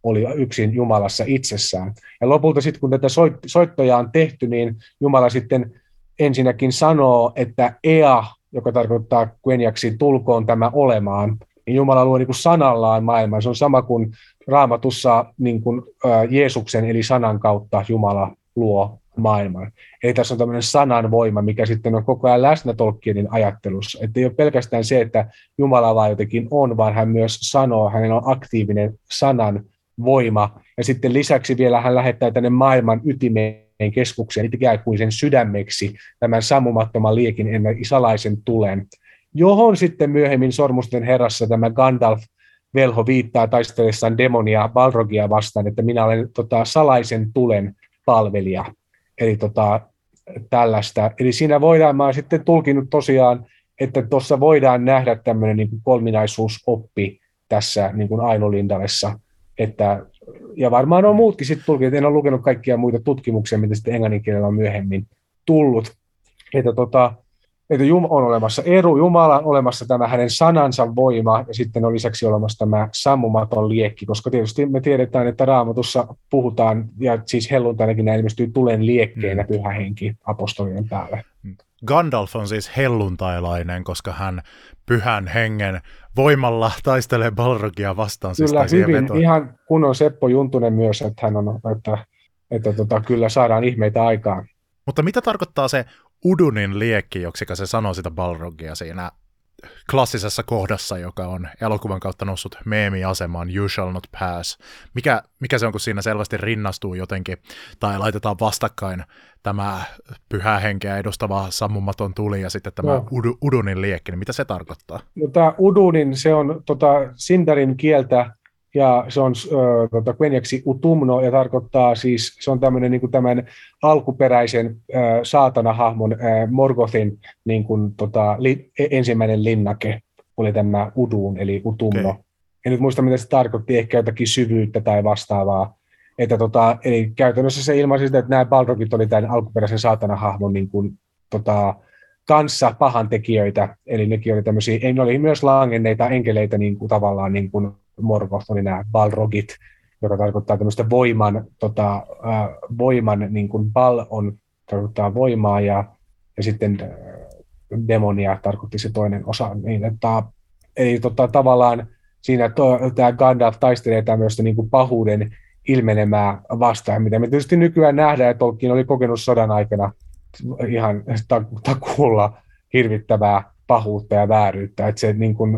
oli yksin Jumalassa itsessään. Ja lopulta sitten, kun tätä soittoja on tehty, niin Jumala sitten ensinnäkin sanoo, että ea, joka tarkoittaa queniaksi tulkoon tämä olemaan, niin Jumala luo niin kuin sanallaan maailman. Se on sama kuin Raamatussa niin kuin, ä, Jeesuksen eli sanan kautta Jumala luo maailman. Eli tässä on tämmöinen sanan voima, mikä sitten on koko ajan läsnä Tolkienin ajattelussa. Että ei ole pelkästään se, että Jumala vaan jotenkin on, vaan hän myös sanoo, hänellä on aktiivinen sanan voima. Ja sitten lisäksi vielä hän lähettää tänne maailman ytimeen keskukseen, ikään kuin sen sydämeksi, tämän sammumattoman liekin ennen salaisen tulen, johon sitten myöhemmin Sormusten herrassa tämä Gandalf velho viittaa taistellessaan demonia Balrogia vastaan, että minä olen tota, salaisen tulen palvelija. Eli tota, tällaista. Eli siinä voidaan, mä oon sitten tulkinut tosiaan, että tuossa voidaan nähdä tämmöinen niin kuin kolminaisuusoppi tässä niin kuin Aino Lindalessa, että, ja varmaan on muutkin sitten tulkinut, en ole lukenut kaikkia muita tutkimuksia, mitä sitten englannin kielellä on myöhemmin tullut, että tota, että Jum on olemassa eru, Jumala on olemassa tämä hänen sanansa voima, ja sitten on lisäksi olemassa tämä sammumaton liekki, koska tietysti me tiedetään, että Raamatussa puhutaan, ja siis helluntainakin näin ilmestyy tulen liekkeinä mm. pyhä henki apostolien päälle. Gandalf on siis helluntailainen, koska hän pyhän hengen voimalla taistelee Balrogia vastaan. Kyllä, siis hyvin, veto. Ihan kun on Seppo Juntunen myös, että, hän on, että, että tota, kyllä saadaan ihmeitä aikaan. Mutta mitä tarkoittaa se Udunin liekki, joksika se sanoo sitä Balrogia siinä klassisessa kohdassa, joka on elokuvan kautta noussut meemiasemaan, You shall not pass. Mikä, mikä se on, kun siinä selvästi rinnastuu jotenkin, tai laitetaan vastakkain tämä pyhää henkeä edustava sammumaton tuli ja sitten tämä no. Udu, Udunin liekki, niin mitä se tarkoittaa? No, tämä Udunin, se on tota, Sindarin kieltä, ja se on äh, tota, queniaksi utumno, ja tarkoittaa siis, se on tämmöinen niin kuin tämän alkuperäisen äh, saatanahahmon äh, Morgothin niin kuin, tota, li, ensimmäinen linnake, oli tämä Udun, eli utumno. Okay. En nyt muista, mitä se tarkoitti, ehkä jotakin syvyyttä tai vastaavaa. Että, tota, eli käytännössä se ilmaisi sitä, että nämä Balrogit oli tämän alkuperäisen saatanahahmon niin kuin, tota, kanssa pahantekijöitä, eli nekin oli tämmöisiä, ne oli myös langenneita enkeleitä niin kuin, tavallaan niin kuin Morgoth oli nämä Balrogit, joka tarkoittaa tämmöistä voiman, tota, äh, voiman niin kuin Bal on, tarkoittaa voimaa, ja, ja sitten äh, demonia tarkoitti se toinen osa. Niin, että, eli tota, tavallaan siinä to, tämä Gandalf taistelee tämmöistä niin kuin pahuuden ilmenemää vastaan, mitä me tietysti nykyään nähdään, että Tolkien oli kokenut sodan aikana ihan takuulla hirvittävää pahuutta ja vääryyttä, että se niin kuin,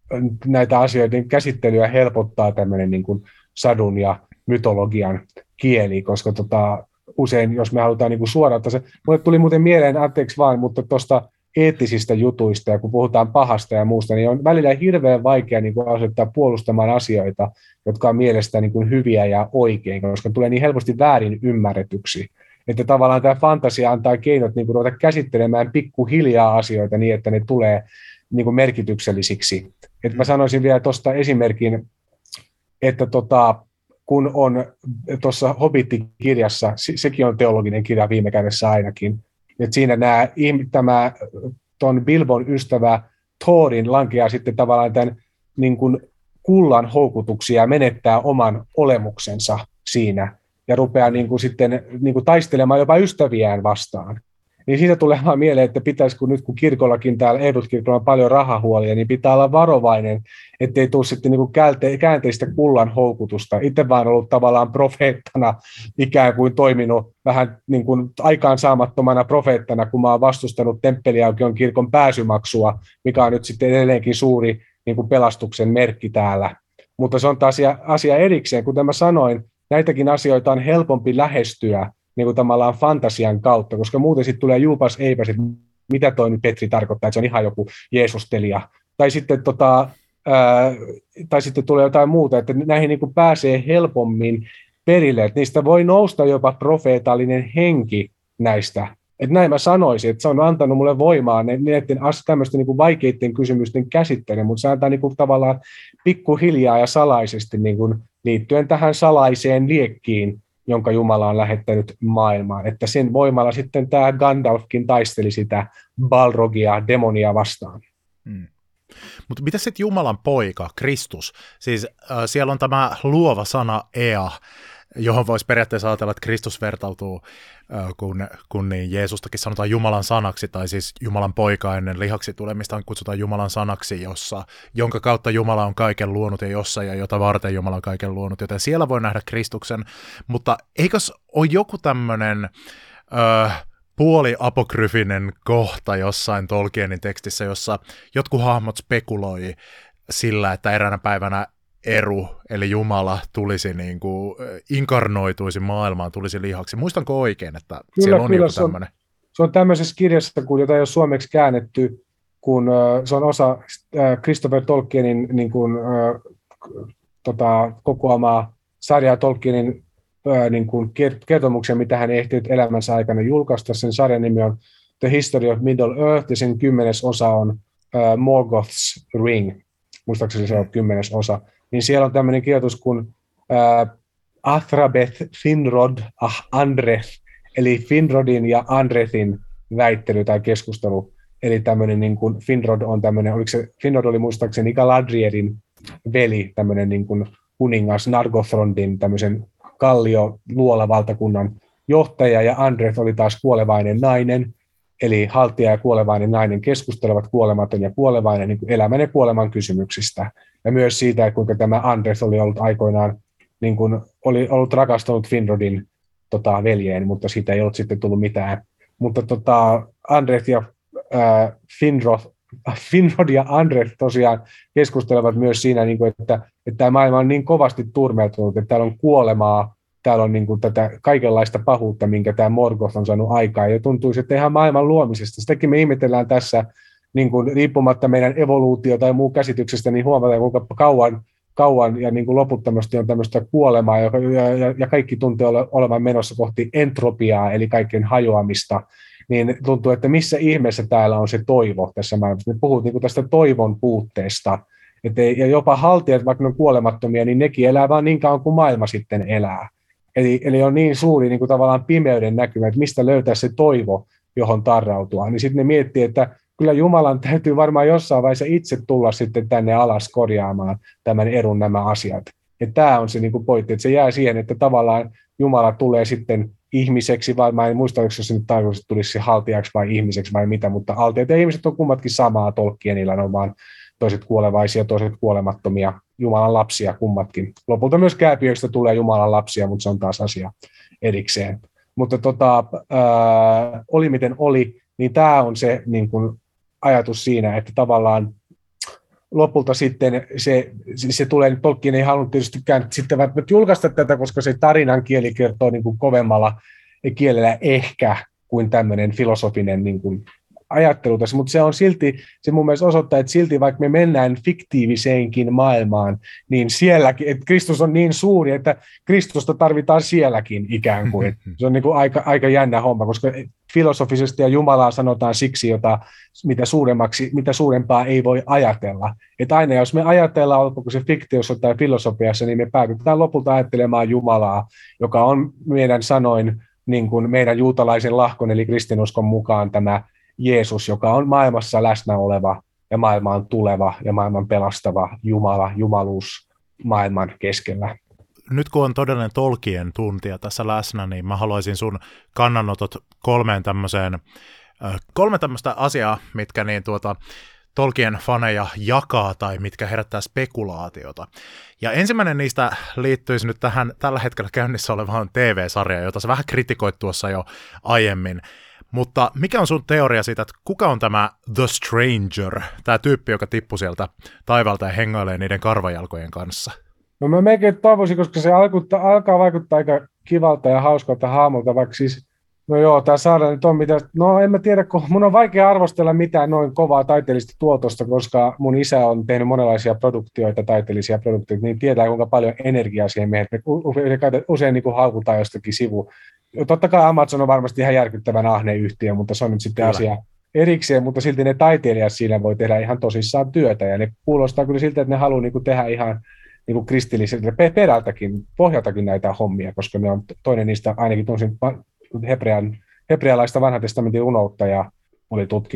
näitä asioiden käsittelyä helpottaa tämmöinen niin kuin sadun ja mytologian kieli, koska tota, usein, jos me halutaan niin kuin suorata se, mulle tuli muuten mieleen, anteeksi vaan, mutta tuosta eettisistä jutuista, ja kun puhutaan pahasta ja muusta, niin on välillä hirveän vaikea niin kuin asettaa puolustamaan asioita, jotka on mielestäni niin kuin hyviä ja oikein, koska tulee niin helposti väärin ymmärretyksi. Että tavallaan tämä fantasia antaa keinot niin kuin ruveta käsittelemään pikkuhiljaa asioita niin, että ne tulee niin kuin merkityksellisiksi. Et mä sanoisin vielä tuosta esimerkin, että tota, kun on tuossa Hobbit-kirjassa, sekin on teologinen kirja viime kädessä ainakin, että siinä nämä, tämä ton Bilbon ystävä Thorin lankeaa sitten tavallaan tämän niin kuin kullan houkutuksia ja menettää oman olemuksensa siinä ja rupeaa niin kuin sitten niin kuin taistelemaan jopa ystäviään vastaan. Niin siitä tulee vaan mieleen, että pitäisi, kun nyt kun kirkollakin täällä ehdotuskirkolla on paljon rahahuolia, niin pitää olla varovainen, ettei tule sitten niin kuin käänteistä kullan houkutusta. Itse vaan ollut tavallaan profeettana, ikään kuin toiminut vähän niin kuin aikaansaamattomana profeettana, kun mä oon vastustanut temppeliaukion kirkon pääsymaksua, mikä on nyt sitten edelleenkin suuri niin kuin pelastuksen merkki täällä. Mutta se on taas asia erikseen, kuten mä sanoin, näitäkin asioita on helpompi lähestyä niin kuin tavallaan fantasian kautta, koska muuten sitten tulee juupas eipäs, että mitä toi nyt Petri tarkoittaa, että se on ihan joku jeesustelija. Tai sitten, tota, ää, tai sitten tulee jotain muuta, että näihin niin kuin pääsee helpommin perille, että niistä voi nousta jopa profeetallinen henki näistä. Että näin mä sanoisin, että se on antanut mulle voimaa näiden tämmöisten niin kuin vaikeiden kysymysten käsittelyyn, mutta se antaa niin kuin tavallaan pikkuhiljaa ja salaisesti niin kuin liittyen tähän salaiseen liekkiin, jonka Jumala on lähettänyt maailmaan. Että sen voimalla sitten tämä Gandalfkin taisteli sitä Balrogia, demonia vastaan. Hmm. Mutta mitä sitten Jumalan poika, Kristus? Siis äh, siellä on tämä luova sana ea, johon voisi periaatteessa ajatella, että Kristus vertautuu, äh, kun, kun niin Jeesustakin sanotaan Jumalan sanaksi, tai siis Jumalan poika ennen lihaksi tulemista kutsutaan Jumalan sanaksi, jossa, jonka kautta Jumala on kaiken luonut ja jossa ja jota varten Jumala on kaiken luonut, joten siellä voi nähdä Kristuksen, mutta eikös ole joku tämmöinen Äh, puoliapokryfinen kohta jossain Tolkienin tekstissä, jossa jotkut hahmot spekuloi sillä, että eräänä päivänä Eru, eli Jumala, tulisi niin kuin, inkarnoituisi maailmaan, tulisi lihaksi. Muistanko oikein, että kyllä, siellä on kyllä, joku tämmöinen? Se on, se on tämmöisessä kirjassa, kun jota ei ole suomeksi käännetty, kun uh, se on osa uh, Christopher Tolkienin niin kuin, uh, tota, kokoamaa sarjaa Tolkienin niin kuin kertomuksia, mitä hän ehtinyt elämänsä aikana julkaista. Sen sarjan nimi on The History of Middle Earth, ja sen kymmenes osa on uh, Morgoth's Ring. Muistaakseni se on kymmenes osa. Niin siellä on tämmöinen kirjoitus kuin uh, Athrabeth Finrod ah Andreth, eli Finrodin ja Andrethin väittely tai keskustelu. Eli tämmöinen niin kuin Finrod on tämmöinen, oliko se, Finrod oli muistaakseni Galadrierin veli, tämmöinen niin kuin kuningas Nargothrondin tämmöisen Kallio-luola-valtakunnan johtaja, ja Andreth oli taas kuolevainen nainen, eli haltija ja kuolevainen nainen keskustelevat kuolematon ja kuolevainen niin kuin elämän ja kuoleman kysymyksistä. Ja myös siitä, kuinka tämä Andreth oli ollut aikoinaan, niin kuin, oli ollut rakastunut Finrodin tota, veljeen, mutta siitä ei ollut sitten tullut mitään. Mutta tota, Andreth ja äh, Finrod, Finrod ja Andreth tosiaan keskustelevat myös siinä, niin kuin, että, että tämä maailma on niin kovasti turmeltunut, että täällä on kuolemaa, täällä on niin kuin tätä kaikenlaista pahuutta, minkä tämä Morgoth on saanut aikaa, ja tuntuisi, että ihan maailman luomisesta. Sitäkin me ihmetellään tässä, niin kuin, riippumatta meidän evoluutio tai muu käsityksestä, niin huomataan, kuinka kauan, kauan ja niin kuin loputtomasti on tämmöistä kuolemaa, ja, ja, ja kaikki tuntee ole, olevan menossa kohti entropiaa, eli kaiken hajoamista. Niin tuntuu, että missä ihmeessä täällä on se toivo tässä maailmassa. Me puhut niin tästä toivon puutteesta. Et ei, ja jopa haltijat, vaikka ne on kuolemattomia, niin nekin elää vaan niin kauan kuin maailma sitten elää. Eli, eli on niin suuri niin kuin tavallaan pimeyden näkymä, että mistä löytää se toivo, johon tarrautua. Niin sitten ne miettii, että kyllä Jumalan täytyy varmaan jossain vaiheessa itse tulla sitten tänne alas korjaamaan tämän erun nämä asiat. Ja tämä on se niin kuin pointti, että se jää siihen, että tavallaan Jumala tulee sitten ihmiseksi, vai mä en muista, oliko se nyt tarkoitus, että tulisi se haltijaksi vai ihmiseksi vai mitä, mutta haltijat ja ihmiset on kummatkin samaa Tolkienilla, ne on vaan toiset kuolevaisia, toiset kuolemattomia, Jumalan lapsia kummatkin. Lopulta myös kääpiöistä tulee Jumalan lapsia, mutta se on taas asia erikseen. Mutta tota, ää, oli miten oli, niin tämä on se niin kun, ajatus siinä, että tavallaan lopulta sitten se, se, se tulee, nyt Tolkien ei halunnut tietystikään sitten välttämättä julkaista tätä, koska se tarinan kieli kertoo niin kuin kovemmalla kielellä ehkä kuin tämmöinen filosofinen niin kuin ajattelu tässä, mutta se on silti, se mun mielestä osoittaa, että silti vaikka me mennään fiktiiviseenkin maailmaan, niin sielläkin, että Kristus on niin suuri, että Kristusta tarvitaan sielläkin ikään kuin. Se on niin kuin aika, aika jännä homma, koska filosofisesti ja Jumalaa sanotaan siksi, jota, mitä, suuremmaksi, mitä suurempaa ei voi ajatella. Että aina jos me ajatellaan, olkoon se fiktiossa tai filosofiassa, niin me päädytään lopulta ajattelemaan Jumalaa, joka on meidän sanoin niin kuin meidän juutalaisen lahkon, eli kristinuskon mukaan tämä Jeesus, joka on maailmassa läsnä oleva ja maailmaan tuleva ja maailman pelastava Jumala, jumaluus maailman keskellä. Nyt kun on todellinen Tolkien tuntija tässä läsnä, niin mä haluaisin sun kannanotot kolmeen tämmöiseen, kolme tämmöistä asiaa, mitkä niin tuota Tolkien faneja jakaa tai mitkä herättää spekulaatiota. Ja ensimmäinen niistä liittyisi nyt tähän tällä hetkellä käynnissä olevaan T V-sarjaan, jota sä vähän kritikoit tuossa jo aiemmin. Mutta mikä on sun teoria siitä, että kuka on tämä The Stranger, tämä tyyppi, joka tippui sieltä taivaalta ja hengailee niiden karvajalkojen kanssa? No mä melkein toivoisin, koska se alkaa, alkaa vaikuttaa aika kivalta ja hauskalta haamulta, vaikka siis, no joo, tämä saadaan nyt on mitä, no en mä tiedä, kun mun on vaikea arvostella mitään noin kovaa taiteellista tuotosta, koska mun isä on tehnyt monenlaisia produktioita, taiteellisia produktioita, niin tietää kuinka paljon energiaa siihen menee, me usein niin kuin haukutaan jostakin sivu. Totta kai Amazon on varmasti ihan järkyttävän ahne yhtiö, mutta se on nyt sitten kyllä asia erikseen, mutta silti ne taiteilijat siinä voi tehdä ihan tosissaan työtä, ja ne kuulostaa kyllä siltä, että ne haluaa niin kuin tehdä ihan niin kuin kristillisiltä perältäkin, pohjaltakin näitä hommia, koska ne on toinen niistä ainakin tunsin hebrean, hebrealaista vanhan testamentin runoutta ja oli tutkinut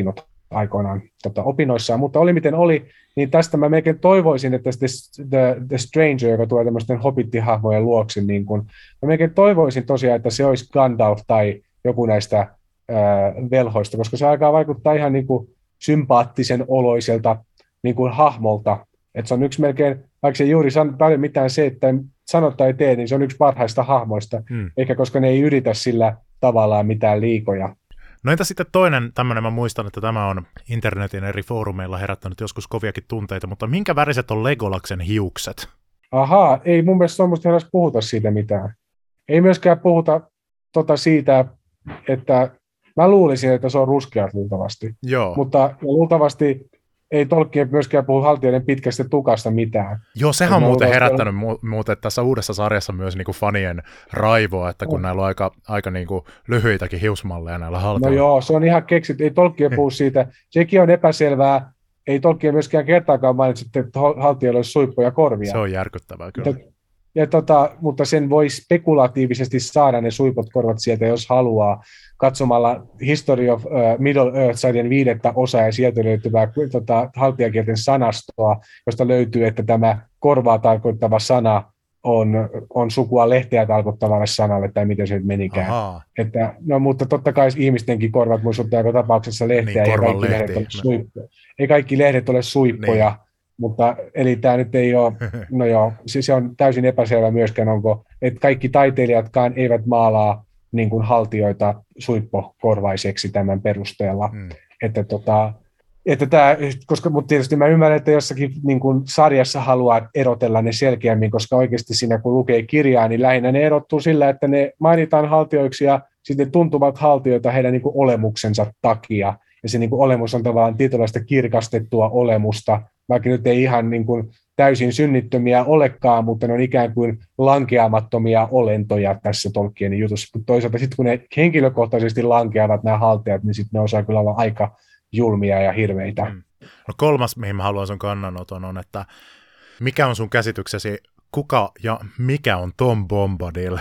aikoinaan tota, opinnoissaan, mutta oli miten oli, niin tästä mä melkein toivoisin, että The, the, the Stranger, joka tulee tämmöisten hobbit-hahmojen luokse, niin kun, mä melkein toivoisin tosiaan, että se olisi Gandalf tai joku näistä ää, velhoista, koska se alkaa vaikuttaa ihan niin kuin sympaattisen oloiselta niin kuin hahmolta, että se on yksi melkein, vaikka se juuri san, paljon mitään se, että sanot tai tee, niin se on yksi parhaista hahmoista, hmm. eikä koska ne ei yritä sillä tavallaan mitään liikoja. No entä sitten toinen tämmöinen, mä muistan, että tämä on internetin eri foorumeilla herättänyt joskus koviakin tunteita, mutta minkä väriset on Legolaksen hiukset? Ahaa, ei mun mielestä semmoista edes puhuta siitä mitään. Ei myöskään puhuta tota siitä, että mä luulisin, että se on ruskeat luultavasti. Joo. Mutta luultavasti ei Tolkien myöskään puhu haltijoiden pitkästä tukasta mitään. Joo, sehän on muuten herättänyt mu- muuten tässä uudessa sarjassa myös niinku fanien raivoa, että kun no. näillä on aika, aika niinku lyhyitäkin hiusmalleja näillä haltijoilla. No joo, se on ihan keksit. Ei Tolkien puhu siitä. Sekin on epäselvää. Ei Tolkien myöskään kertaakaan mainitsi, että haltijoilla olisi suippoja korvia. Se on järkyttävää kyllä. Ja, ja tota, mutta sen voi spekulatiivisesti saada ne suipot korvat sieltä, jos haluaa, katsomalla History of uh, Middle Earth-sarjan viidettä osaa ja sieltä löytyvää tota, haltijakielten sanastoa, josta löytyy, että tämä korvaa tarkoittava sana on, on sukua lehteä tarkoittavalle sanalle, tai miten se nyt menikään. Että, no, mutta totta kai ihmistenkin korvat muistuttaa joka tapauksessa lehteä, niin, ei, kaikki lehdet ole suippoja. ei kaikki lehdet ole suippoja, niin. Mutta eli tämä nyt ei ole, no joo, se, se on täysin epäselvä myöskään, onko, että kaikki taiteilijatkaan eivät maalaa niin kuin haltijoita suippokorvaiseksi tämän perusteella, hmm. että tota, että tämä, koska, mutta tietysti mä ymmärrän, että jossakin niin kuin sarjassa haluaa erotella ne selkeämmin, koska oikeasti siinä kun lukee kirjaa, niin lähinnä ne erottuu sillä, että ne mainitaan haltijoiksi ja sitten tuntuvat haltijoita heidän niin kuin olemuksensa takia, ja se niin kuin olemus on tavallaan tietynlaista kirkastettua olemusta, vaikka nyt ei ihan niin kuin täysin synnittömiä olekaan, mutta ne on ikään kuin lankeamattomia olentoja tässä Tolkienin jutussa. Toisaalta sitten kun ne henkilökohtaisesti lankeavat nämä haltijat, niin sitten ne osaa kyllä olla aika julmia ja hirveitä. Mm. No kolmas, mihin mä haluan sun kannanoton, on, että mikä on sun käsityksesi, kuka ja mikä on Tom Bombadil?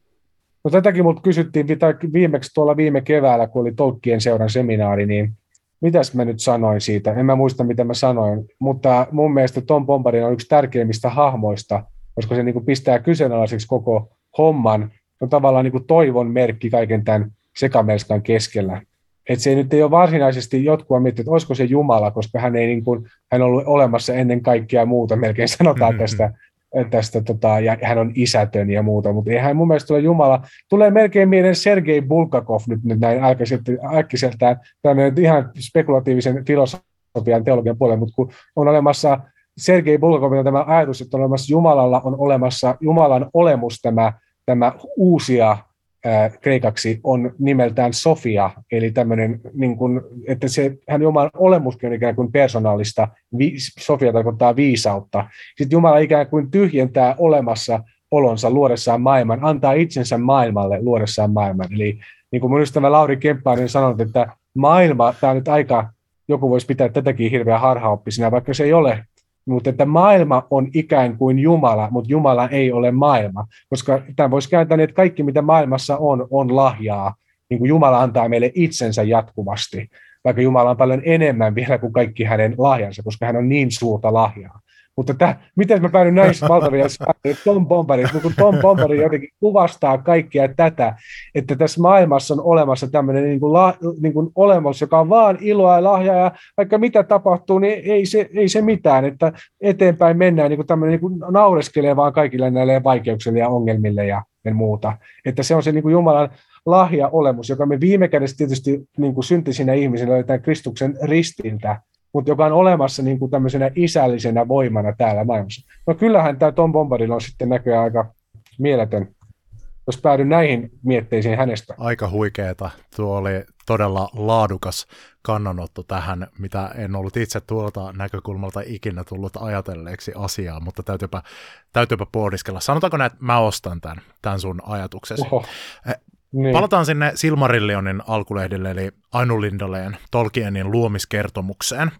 No tätäkin mut kysyttiin viimeksi tuolla viime keväällä, kun oli Tolkien seuran seminaari, niin mitäs mä nyt sanoin siitä? En mä muista, mitä mä sanoin, mutta mun mielestä Tom Bombadil on yksi tärkeimmistä hahmoista, koska se niin kuin pistää kyseenalaiseksi koko homman. Se on tavallaan niin kuin toivon merkki kaiken tämän sekamelskan keskellä. Että se nyt ei ole varsinaisesti jotkut miettinyt, että olisiko se Jumala, koska hän ei niin kuin, hän on ollut olemassa ennen kaikkea muuta, melkein sanotaan mm-hmm. tästä, tästä tota, ja hän on isätön ja muuta, mutta ei hän mun mielestä ole Jumala. Tulee melkein mieleen Sergei Bulgakov nyt, nyt näin äkkiseltään, tämmöinen ihan spekulatiivisen filosofian teologian puolella, mutta kun on olemassa Sergei Bulgakovilla tämä ajatus, että on olemassa Jumalalla on olemassa Jumalan olemus tämä, tämä uusia Ää, kreikaksi on nimeltään Sofia, eli tämmöinen, niin kuin, että se, hän Jumalan olemuskin on ikään kuin persoonallista, vi, Sofia tarkoittaa viisautta. Sitten Jumala ikään kuin tyhjentää olemassa olonsa luodessaan maailman, antaa itsensä maailmalle luodessaan maailman. Eli niin kuin mun ystävä Lauri Kemppainen sanoi, että maailma, tämä on nyt aika, joku voisi pitää tätäkin hirveän harhaoppisena, vaikka se ei ole, mutta että maailma on ikään kuin Jumala, mutta Jumala ei ole maailma, koska tämä voisi kääntää, että kaikki mitä maailmassa on, on lahjaa, niin kuin Jumala antaa meille itsensä jatkuvasti, vaikka Jumala on paljon enemmän vielä kuin kaikki hänen lahjansa, koska hän on niin suurta lahjaa. Mutta tämä, miten mä päädyin näissä valtavia Tom Bombadil, kun Tom Bombadil jotenkin kuvastaa kaikkea tätä, että tässä maailmassa on olemassa tämmöinen niin kuin la, niin kuin olemus, joka on vaan iloa ja lahjaa, ja vaikka mitä tapahtuu, niin ei se, ei se mitään, että eteenpäin mennään niin kuin tämmöinen niin kuin naureskelee vaan kaikille näille vaikeuksille ja ongelmille ja, ja muuta. Että se on se niin kuin Jumalan lahja-olemus, joka me viime kädessä tietysti niin kuin syntisinä ihmisinä löytään Kristuksen ristiltä, mutta joka on olemassa niin kuin tämmöisenä isällisenä voimana täällä maailmassa. No kyllähän tämä Tom Bombadil on sitten näköjään aika mieletön, jos päädyn näihin mietteisiin hänestä. Aika huikeeta. Tuo oli todella laadukas kannanotto tähän, mitä en ollut itse tuolta näkökulmalta ikinä tullut ajatelleeksi asiaa, mutta täytyypä, täytyypä pohdiskella. Sanotaanko näin, että mä ostan tämän, tämän sun ajatuksesi. Oho. Niin. Palataan sinne Silmarillionin alkulehdille, eli Ainu Lindaleen Tolkienin luomiskertomukseen.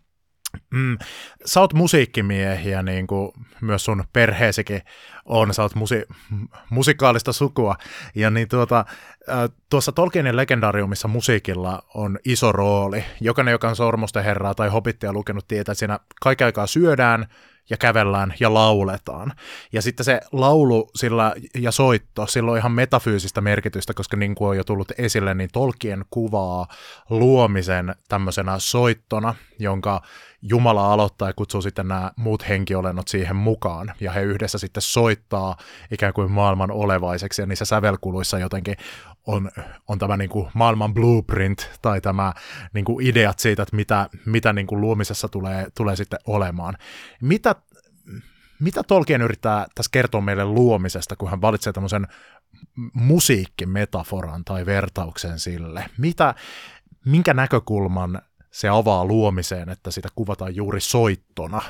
Mm, sä oot musiikkimiehiä, niin kuin myös sun perheesikin on, sä oot musi- musikaalista sukua, ja niin tuota, tuossa Tolkienin legendariumissa musiikilla on iso rooli. Jokainen, joka on Sormusten herraa tai Hobittia lukenut, tietää, että siinä kaiken aikaa syödään ja kävellään ja lauletaan. Ja sitten se laulu sillä, ja soitto, sillä on ihan metafyysistä merkitystä, koska niin kuin on jo tullut esille, niin Tolkien kuvaa luomisen tämmöisenä soittona, jonka Jumala aloittaa ja kutsuu sitten nämä muut henkiolennot siihen mukaan, ja he yhdessä sitten soittaa ikään kuin maailman olevaiseksi, ja niissä sävelkuluissa jotenkin on, on tämä niin kuin maailman blueprint, tai tämä niin kuin ideat siitä, että mitä, mitä niin kuin luomisessa tulee, tulee sitten olemaan. Mitä, mitä Tolkien yrittää tässä kertoa meille luomisesta, kun hän valitsee tämmöisen musiikkimetaforan tai vertauksen sille? Mitä, minkä näkökulman se avaa luomiseen, että sitä kuvataan juuri soittona?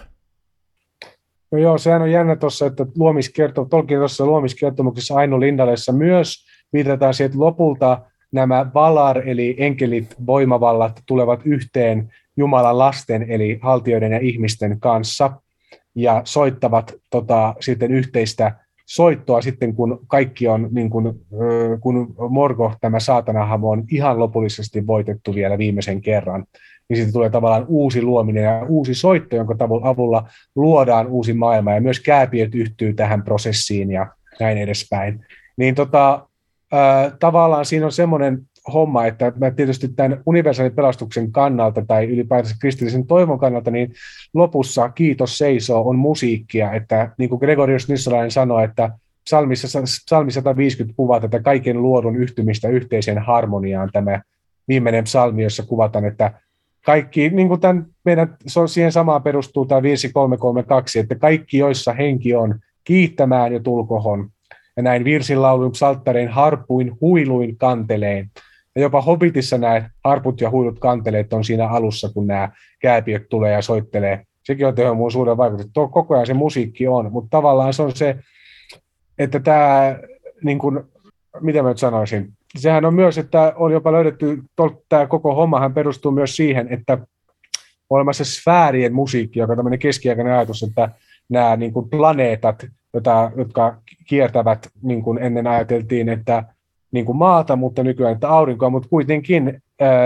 No joo, sehän on jännä tuossa, että luomiskerto, Tolkien tuossa luomiskertomuksessa Aino Lindalessa myös viitataan siihen, että lopulta nämä Valar, eli enkelit, voimavallat, tulevat yhteen Jumalan lasten, eli haltijoiden ja ihmisten kanssa, ja soittavat tota, sitten yhteistä soittoa sitten, kun kaikki on, niin kun, kun Morgoth, tämä saatanahamo, on ihan lopullisesti voitettu vielä viimeisen kerran, niin sitten tulee tavallaan uusi luominen ja uusi soitto, jonka avulla luodaan uusi maailma, ja myös kääpiöt yhtyy tähän prosessiin ja näin edespäin. Niin tota, äh, tavallaan siinä on semmoinen homma, että mä tietysti tämän universaalin pelastuksen kannalta tai ylipäätänsä kristillisen toivon kannalta, niin lopussa kiitos seisoo on musiikkia, että niin kuin Gregorius Nyssalainen sanoi, että psalmissa, psalmi sata viisikymmentä kuvaa tätä kaiken luodun yhtymistä yhteiseen harmoniaan, tämä viimeinen psalmi, jossa kuvataan, että kaikki, niin kuin tämän, meidän, siihen samaan perustuu tämä virsi kolme kolme kaksi, että kaikki, joissa henki on, kiittämään jo tulkohon, ja näin virsinlauluin, psalttarein, harpuin, huiluin, kanteleen. Ja jopa Hobbitissa nämä harput ja huilut kanteleet on siinä alussa, kun nämä kääpiöt tulee ja soittelee. Sekin on tehnyt mun suuren vaikutuksen. Tuo koko ajan se musiikki on, mutta tavallaan se on se, että tämä, niin kuin, mitä mä nyt sanoisin, sehän on myös, että on jopa löydetty, tämä koko hommahan perustuu myös siihen, että on olemassa sfäärien musiikki, joka on tämmöinen keskiaikainen ajatus, että nämä niin kuin planeetat, jota, jotka kiertävät, niin kuin ennen ajateltiin, että niin kuin maata, mutta nykyään että aurinkoa, mutta kuitenkin,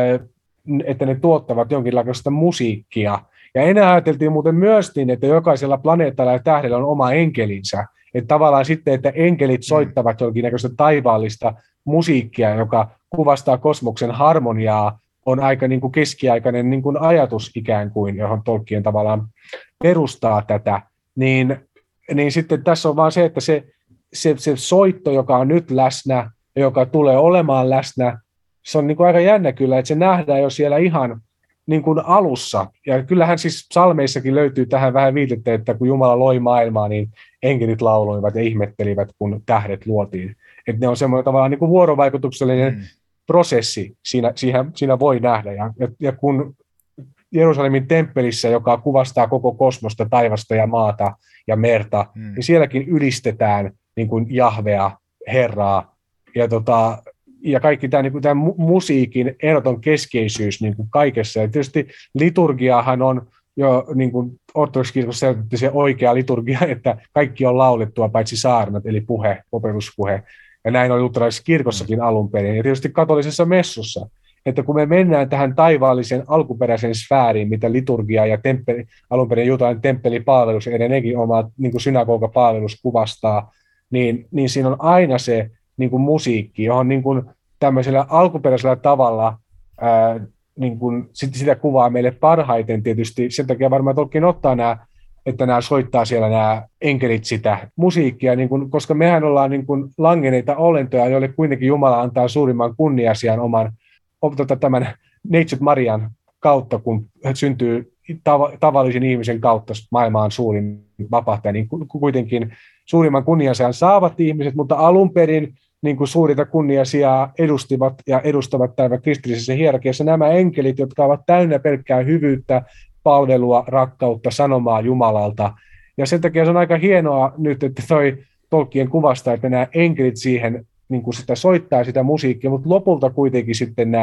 että ne tuottavat jonkinlaista musiikkia. Ja ennen ajateltiin muuten myös niin, että jokaisella planeetalla ja tähdellä on oma enkelinsä. Että tavallaan sitten, että enkelit soittavat jonkinnäköistä taivaallista musiikkia, joka kuvastaa kosmoksen harmoniaa, on aika niin kuin keskiaikainen niin kuin ajatus ikään kuin, johon Tolkien tavallaan perustaa tätä. Niin, niin sitten tässä on vaan se, että se, se, se soitto, joka on nyt läsnä, joka tulee olemaan läsnä, se on niin kuin aika jännä kyllä, että se nähdään jo siellä ihan niin kuin alussa. Ja kyllähän siis psalmeissakin löytyy tähän vähän viitettä, että kun Jumala loi maailmaa, niin enkelit lauloivat ja ihmettelivät, kun tähdet luotiin. Että ne on semmoinen tavallaan niin kuin vuorovaikutuksellinen mm. prosessi, siinä, siinä, siinä voi nähdä. Ja, ja kun Jerusalemin temppelissä, joka kuvastaa koko kosmosta, taivasta ja maata ja merta, mm. niin sielläkin ylistetään niin kuin Jahvea, Herraa, ja, tota, ja kaikki tämä, niin kuin tämä musiikin eroton keskeisyys niin kuin kaikessa. Ja tietysti liturgiahan on jo niin kuin ortodoksikirkossa se oikea liturgia, että kaikki on laulettua paitsi saarnat, eli puhe, opetuspuhe. Ja näin oli luterilaisessa kirkossakin alun perin. Ja tietysti katolisessa messussa, että kun me mennään tähän taivaallisen alkuperäisen sfääriin, mitä liturgia ja temppeli, alun perin juutalainen temppelipalvelus ja edelleenkin oma niin kuin synagogapalvelus kuvastaa, niin, niin siinä on aina se niin kuin musiikki, johon niin kuin tämmöisellä alkuperäisellä tavalla ää, niin kuin sitä kuvaa meille parhaiten tietysti. Sen takia varmaan Tolkien ottaa nämä, että nämä soittaa siellä nämä enkelit sitä musiikkia, niin kuin, koska mehän ollaan niin kuin langeneita olentoja, joille kuitenkin Jumala antaa suurimman kunniasian oman tota, tämän Neitsyt Marian kautta, kun syntyy tav- tavallisen ihmisen kautta maailmaan suurin vapahtaja, niin kuitenkin suurimman kunniasian saavat ihmiset, mutta alun perin niin kuin suurita kunniasiaa edustivat ja edustavat täällä kristillisessä hierarkiassa nämä enkelit, jotka ovat täynnä pelkkää hyvyyttä, palvelua, rakkautta, sanomaa Jumalalta. Ja sen takia se on aika hienoa nyt, että toi Tolkien kuvasta, että nämä enkelit siihen niin kuin sitä soittaa sitä musiikkia, mutta lopulta kuitenkin sitten nämä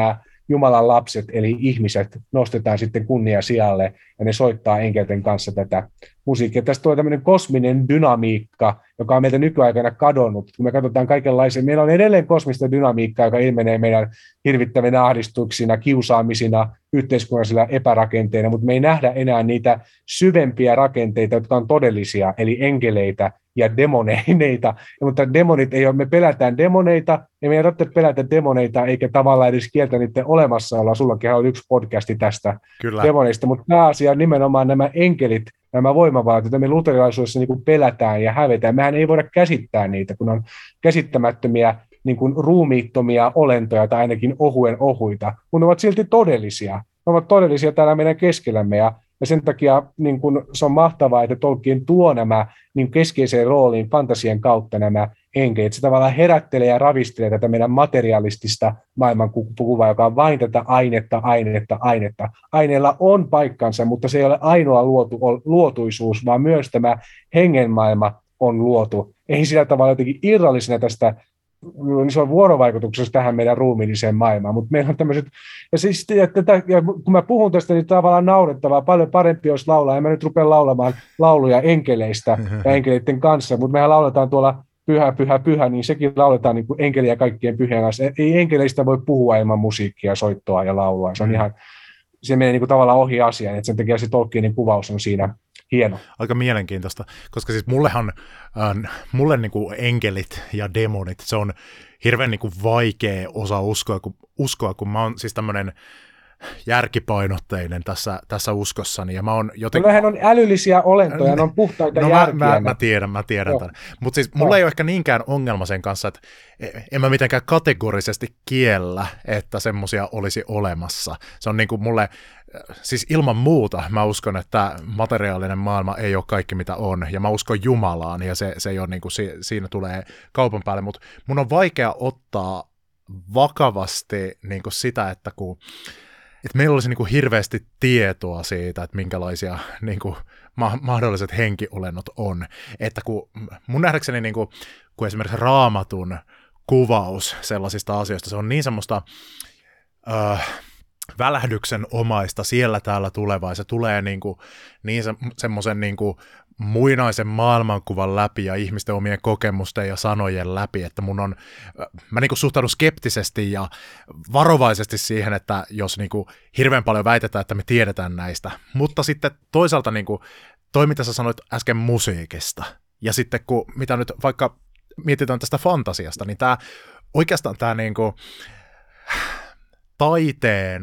Jumalan lapset, eli ihmiset, nostetaan sitten kunnia sijalle, ja ne soittaa enkelten kanssa tätä musiikkia. Tästä tulee tämmöinen kosminen dynamiikka, joka on meiltä nykyaikana kadonnut. Kun me katsotaan kaikenlaisia, meillä on edelleen kosmista dynamiikkaa, joka ilmenee meidän hirvittävinä ahdistuksina, kiusaamisina, yhteiskunnallisilla epärakenteina, mutta me ei nähdä enää niitä syvempiä rakenteita, jotka on todellisia, eli enkeleitä ja demoneita. Mutta demonit ei ole, me pelätään demoneita, ja me ei tarvitse pelätä demoneita, eikä tavallaan edes kieltä niiden olemassaoloa. Sullakin on yksi podcasti tästä Kyllä. demoneista, mutta pääasia on nimenomaan nämä enkelit, nämä voimavarat, joita me luterilaisuudessa niin kuin pelätään ja hävetään. Mehän ei voida käsittää niitä, kun on käsittämättömiä niin kuin ruumiittomia olentoja tai ainakin ohuen ohuita, mutta ne ovat silti todellisia. Ne ovat todellisia täällä meidän keskellämme, ja, ja sen takia niin kuin, se on mahtavaa, että Tolkien tuo nämä niin keskeiseen rooliin fantasian kautta nämä enkelit. Se tavallaan herättelee ja ravistelee tätä meidän materialistista maailmankuvaa, joka on vain tätä ainetta, ainetta, ainetta. Aineella on paikkansa, mutta se ei ole ainoa luotu, luotuisuus, vaan myös tämä hengenmaailma on luotu. Ei sillä tavalla jotenkin irrallisena tästä, niin se on vuorovaikutuksessa tähän meidän ruumiilliseen maailmaan, mutta meillä on tämmöiset, ja, siis, ja, tätä, ja kun mä puhun tästä, niin tavallaan naurettavaa, paljon parempi olisi laulaa, en mä nyt rupea laulamaan lauluja enkeleistä ja enkeleiden kanssa, mutta mehän lauletaan tuolla pyhä, pyhä, pyhä, niin sekin lauletaan niin kuin enkeliä kaikkien pyhien kanssa. Ei enkeleistä voi puhua ilman musiikkia, soittoa ja laulua, se on ihan, se menee niin kuin tavallaan ohi asiaan, että sen takia se Tolkienin kuvaus on siinä hieno. Aika mielenkiintoista, koska siis mullehan, äh, mulle niin kuin enkelit ja demonit, se on hirveän niin kuin vaikea osa uskoa, kun, uskoa, kun mä oon siis tämmöinen järkipainotteinen tässä, tässä uskossani, ja mä oon jotenkin... Nehän on älyllisiä olentoja, ne on puhtaita no järkiä. Mä, mä, mä tiedän, mä tiedän tämän. Mutta siis mulla no. ei ole ehkä niinkään ongelma sen kanssa, että en mä mitenkään kategorisesti kiellä, että semmoisia olisi olemassa. Se on niin kuin mulle, siis ilman muuta mä uskon, että materiaalinen maailma ei ole kaikki mitä on, ja mä uskon Jumalaan, ja se, se ei ole niin kuin, siinä tulee kaupan päälle, mutta mun on vaikea ottaa vakavasti niin kuin sitä, että kun että meillä olisi niin kuin hirveästi tietoa siitä, että minkälaisia niin kuin ma- mahdolliset henkiolennot on. Että kun mun nähdäkseni niin kuin, kun esimerkiksi Raamatun kuvaus sellaisista asioista, se on niin semmoista äh, välähdyksen omaista siellä täällä tulevaa, se tulee niin, kuin, niin se, semmoisen niin kuin muinaisen maailmankuvan läpi ja ihmisten omien kokemusten ja sanojen läpi, että mun on, mä niin kuin suhtaudun skeptisesti ja varovaisesti siihen, että jos niin kuin hirveän paljon väitetään, että me tiedetään näistä, mutta sitten toisaalta niin kuin toi, mitä sä sanoit äsken musiikista, ja sitten kun, mitä nyt vaikka mietitään tästä fantasiasta, niin tää, oikeastaan tämä niin kuin taiteen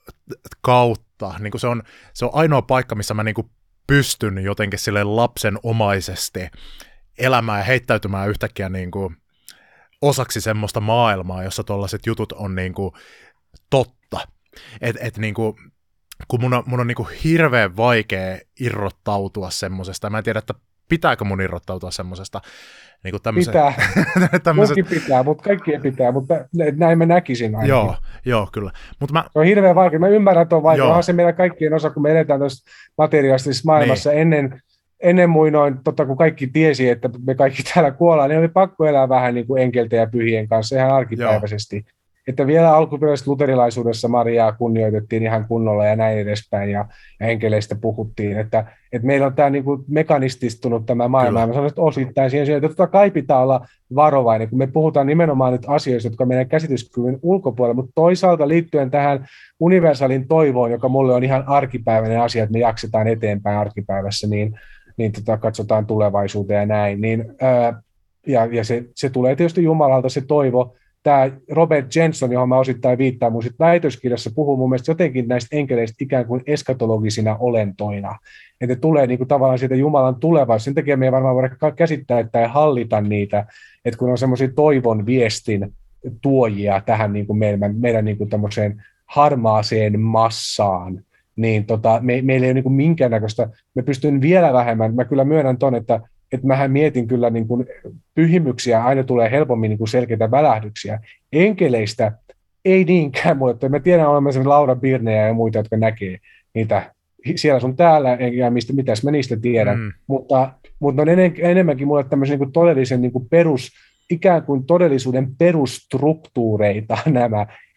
kautta, niin kuin se, on, se on ainoa paikka, missä mä niin kuin pystyn jotenkin sille lapsenomaisesti elämään ja heittäytymään yhtäkkiä niin kuin osaksi semmoista maailmaa, jossa tollaiset jutut on niin kuin totta. Et, et niin kuin, kun mun on, mun on niin kuin hirveän vaikea irrottautua semmosesta, mä en tiedä, että pitääkö mun irrottautua semmosesta. Niin kuin tämmöisen, pitää. tämmöisen... Munkin pitää, mutta kaikkien pitää, mutta näin mä näkisin ainakin. Joo, joo kyllä. Mut mä... Se on hirveän vaikea. Mä ymmärrän, että on vaikea. Onhan se meidän kaikkien osa, kun me eletään tuossa materiaalisessa maailmassa niin. ennen, ennen muinoin, totta kun kaikki tiesi, että me kaikki täällä kuollaan, niin oli pakko elää vähän niin kuin enkelten ja pyhien kanssa ihan arkipäiväisesti. Joo. Että vielä alkuperäisessä luterilaisuudessa Mariaa kunnioitettiin ihan kunnolla ja näin edespäin, ja, ja enkeleistä puhuttiin, että, että meillä on tämä niin kuin mekanististunut tämä maailma, ja mä sanon, että osittain siihen, että totta kai pitää olla varovainen, kun me puhutaan nimenomaan nyt asioista, jotka on meidän käsityskyvyn ulkopuolella, mutta toisaalta liittyen tähän universaalin toivoon, joka mulle on ihan arkipäiväinen asia, että me jaksetaan eteenpäin arkipäivässä, niin, niin tota, katsotaan tulevaisuuteen ja näin, niin, ää, ja, ja se, se tulee tietysti Jumalalta se toivo. Tämä Robert Jenson, johon mä osittain viittaan mun väitöskirjassa, puhuu mun mielestä jotenkin näistä enkeleistä ikään kuin eskatologisina olentoina. Että tulee niin kuin tavallaan siitä Jumalan tulevaisuus. Sen takia me ei varmaan voida käsittää tai hallita niitä, että kun on semmoisia toivon viestin tuojia tähän niin kuin meidän, meidän niin kuin tämmöiseen harmaaseen massaan, niin tota, me, meillä ei ole niin kuin minkäännäköistä, me pystyn vielä vähemmän, mä kyllä myönnän ton, että että mähän mietin kyllä niin kuin pyhimyksiä, aina tulee helpommin niin kuin selkeitä välähdyksiä. Enkeleistä ei niinkään, mutta mä tiedän olemassa Laura Birneja ja muita, jotka näkee niitä siellä sun täällä, ja mistä, mitäs mä niistä tiedän, mm. mutta, mutta on enemmänkin mulle tämmöisen niin kuin todellisen niin kuin perus, ikään kuin todellisuuden perusstruktuureita nämä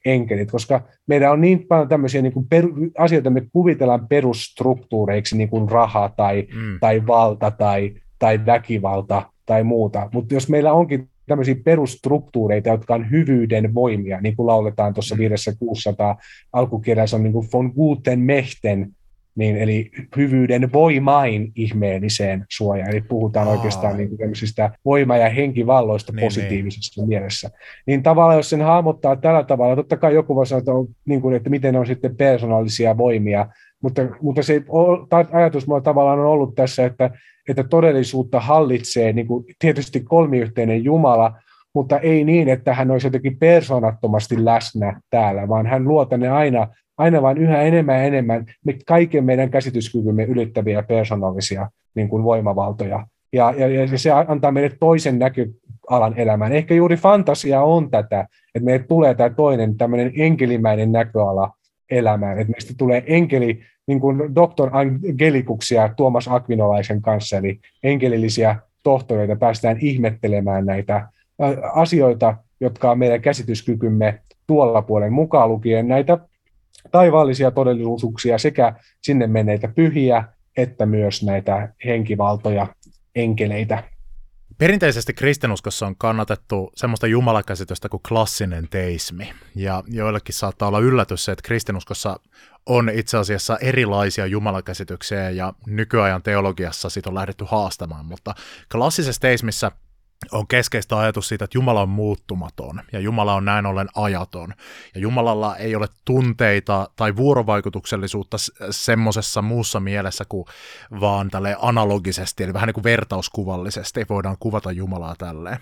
enkelit, koska meillä on niin paljon tämmöisiä niin kuin per, asioita, me kuvitellaan perusstruktuureiksi, niin kuin raha tai, mm. tai valta tai, tai väkivalta tai muuta, mutta jos meillä onkin tämmöisiä perusstruktuureita, jotka on hyvyyden voimia, niin kuin lauletaan tuossa virressä kuusisataa, alkukirjassa on niin kuin von guten Mächten, niin, eli hyvyyden voimain ihmeelliseen suojaan, eli puhutaan Aa. oikeastaan niin kuin tämmöisistä voima- ja henkivalloista niin, positiivisessa niin. mielessä. Niin tavallaan, jos sen hahmottaa tällä tavalla, totta kai joku voi sanoa, että, on, niin kuin, että miten on sitten persoonallisia voimia, mutta, mutta se ajatus mulla tavallaan on ollut tässä, että, että todellisuutta hallitsee niin kuin tietysti kolmiyhteinen Jumala, mutta ei niin, että hän olisi jotenkin persoonattomasti läsnä täällä, vaan hän luo tänne aina, aina vain yhä enemmän ja enemmän me kaiken meidän käsityskykymme ylittäviä persoonallisia niin kuin voimavaltoja. Ja, ja, ja se antaa meille toisen näköalan elämään. Ehkä juuri fantasia on tätä, että meille tulee tämä toinen tämmöinen enkelimäinen näköala elämään, että meistä tulee enkeli, niin kuin doktor Angelikuksia Tuomas Akvinolaisen kanssa, eli enkelillisiä tohtoreita, päästään ihmettelemään näitä asioita, jotka on meidän käsityskykymme tuolla puolen mukaan lukien näitä taivaallisia todellisuuksia sekä sinne menneitä pyhiä, että myös näitä henkivaltoja, enkeleitä. Perinteisesti kristinuskossa on kannatettu semmoista jumalakäsitystä kuin klassinen teismi, ja joillekin saattaa olla yllätys se, että kristinuskossa on itse asiassa erilaisia jumalakäsityksiä, ja nykyajan teologiassa siitä on lähdetty haastamaan, mutta klassisessa teismissä on keskeistä ajatus siitä, että Jumala on muuttumaton ja Jumala on näin ollen ajaton. Ja Jumalalla ei ole tunteita tai vuorovaikutuksellisuutta semmoisessa muussa mielessä kuin vaan tälleen analogisesti, eli vähän niin kuin vertauskuvallisesti voidaan kuvata Jumalaa tälleen.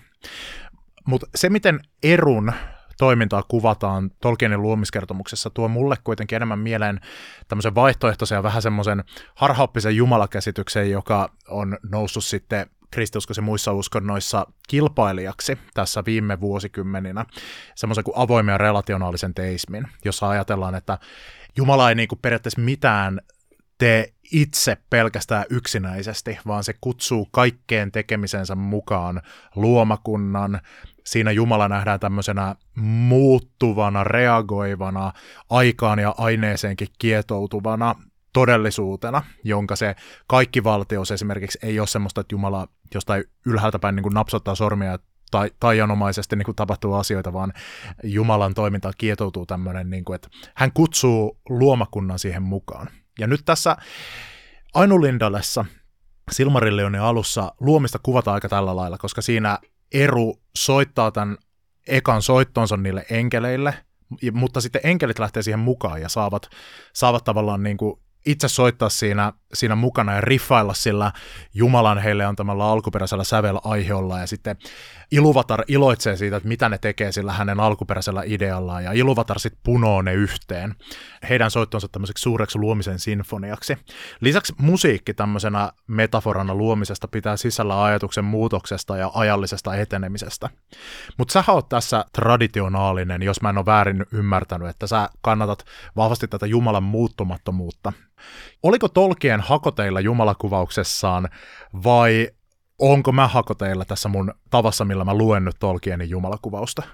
Mutta se, miten Erun toimintaa kuvataan Tolkienin luomiskertomuksessa, tuo mulle kuitenkin enemmän mieleen tämmöisen vaihtoehtoisen ja vähän semmoisen harhaoppisen jumalakäsityksen, joka on noussut sitten kristiuskoisen muissa uskonnoissa kilpailijaksi tässä viime vuosikymmeninä, semmoisen kuin avoimen ja relationaalisen teismin, jossa ajatellaan, että Jumala ei niin kuin periaatteessa mitään tee itse pelkästään yksinäisesti, vaan se kutsuu kaikkeen tekemisensä mukaan luomakunnan. Siinä Jumala nähdään tämmöisenä muuttuvana, reagoivana, aikaan ja aineeseenkin kietoutuvana todellisuutena, jonka se kaikki valtius esimerkiksi ei ole semmoista, että Jumala jostain ylhäältä päin niin kuin napsottaa sormia tai taianomaisesti niin kuin tapahtuu asioita, vaan Jumalan toiminta kietoutuu tämmöinen, niin kuin, että hän kutsuu luomakunnan siihen mukaan. Ja nyt tässä Ainulindalessa Silmarillionin alussa luomista kuvataan aika tällä lailla, koska siinä Eru soittaa tämän ekan soittonsa niille enkeleille, mutta sitten enkelit lähtee siihen mukaan ja saavat, saavat tavallaan niin kuin itse soittaa siinä, siinä mukana ja riffailla sillä Jumalan heille antamalla alkuperäisellä sävelaiheolla, ja sitten Iluvatar iloitsee siitä, että mitä ne tekee sillä hänen alkuperäisellä ideallaan, ja Iluvatar sitten punoo ne yhteen heidän soittonsa tämmöiseksi suureksi luomisen sinfoniaksi. Lisäksi musiikki tämmöisenä metaforana luomisesta pitää sisällä ajatuksen muutoksesta ja ajallisesta etenemisestä. Mutta sä oot tässä traditionaalinen, jos mä en ole väärin ymmärtänyt, että sä kannatat vahvasti tätä Jumalan muuttumattomuutta. Oliko Tolkien hakoteilla jumalakuvauksessaan vai onko mä hakoteilla tässä mun tavassa, millä mä luen nyt Tolkienin jumalakuvausta?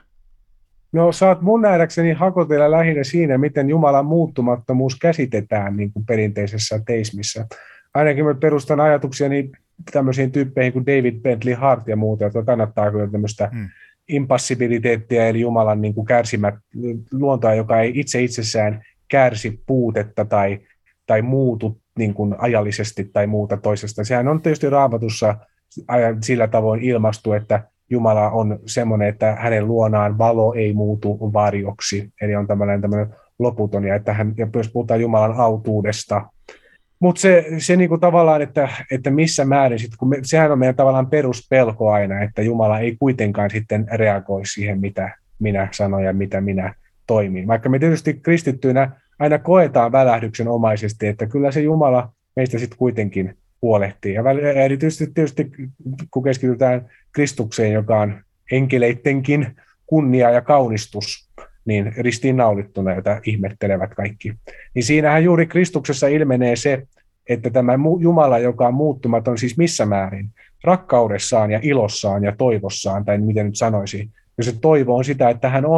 No sä oot mun nähdäkseni hakoteilla lähinnä siinä, miten Jumalan muuttumattomuus käsitetään niin kuin perinteisessä teismissä. Ainakin mä perustan ajatuksiani tämmöisiin tyyppeihin kuin David Bentley Hart ja muuta, jotka kannattaa kyllä tämmöistä hmm. impassibiliteettia, eli Jumalan niin kuin kärsimät luontoa, joka ei itse itsessään kärsi puutetta tai tai muutu niin kuin ajallisesti tai muuta toisesta. Sehän on tietysti Raamatussa sillä tavoin ilmastu, että Jumala on semmoinen, että hänen luonaan valo ei muutu varjoksi, eli on tämmöinen, tämmöinen loputon, ja, että hän, ja myös puhutaan Jumalan autuudesta. Mutta se, se niin kuin tavallaan, että, että missä määrin, sit, kun me, sehän on meidän tavallaan peruspelko aina, että Jumala ei kuitenkaan sitten reagoi siihen, mitä minä sanon ja mitä minä toimin. Vaikka me tietysti kristittyinä aina koetaan välähdyksenomaisesti, että kyllä se Jumala meistä sitten kuitenkin huolehtii. Ja erityisesti tietysti, kun keskitytään Kristukseen, joka on enkeleittenkin kunnia ja kaunistus, niin ristiinnaulittuna, jota ihmettelevät kaikki. Niin siinähän juuri Kristuksessa ilmenee se, että tämä Jumala, joka on muuttumaton, siis missä määrin, rakkaudessaan ja ilossaan ja toivossaan, tai miten nyt sanoisi, ja se toivo on sitä, että hän on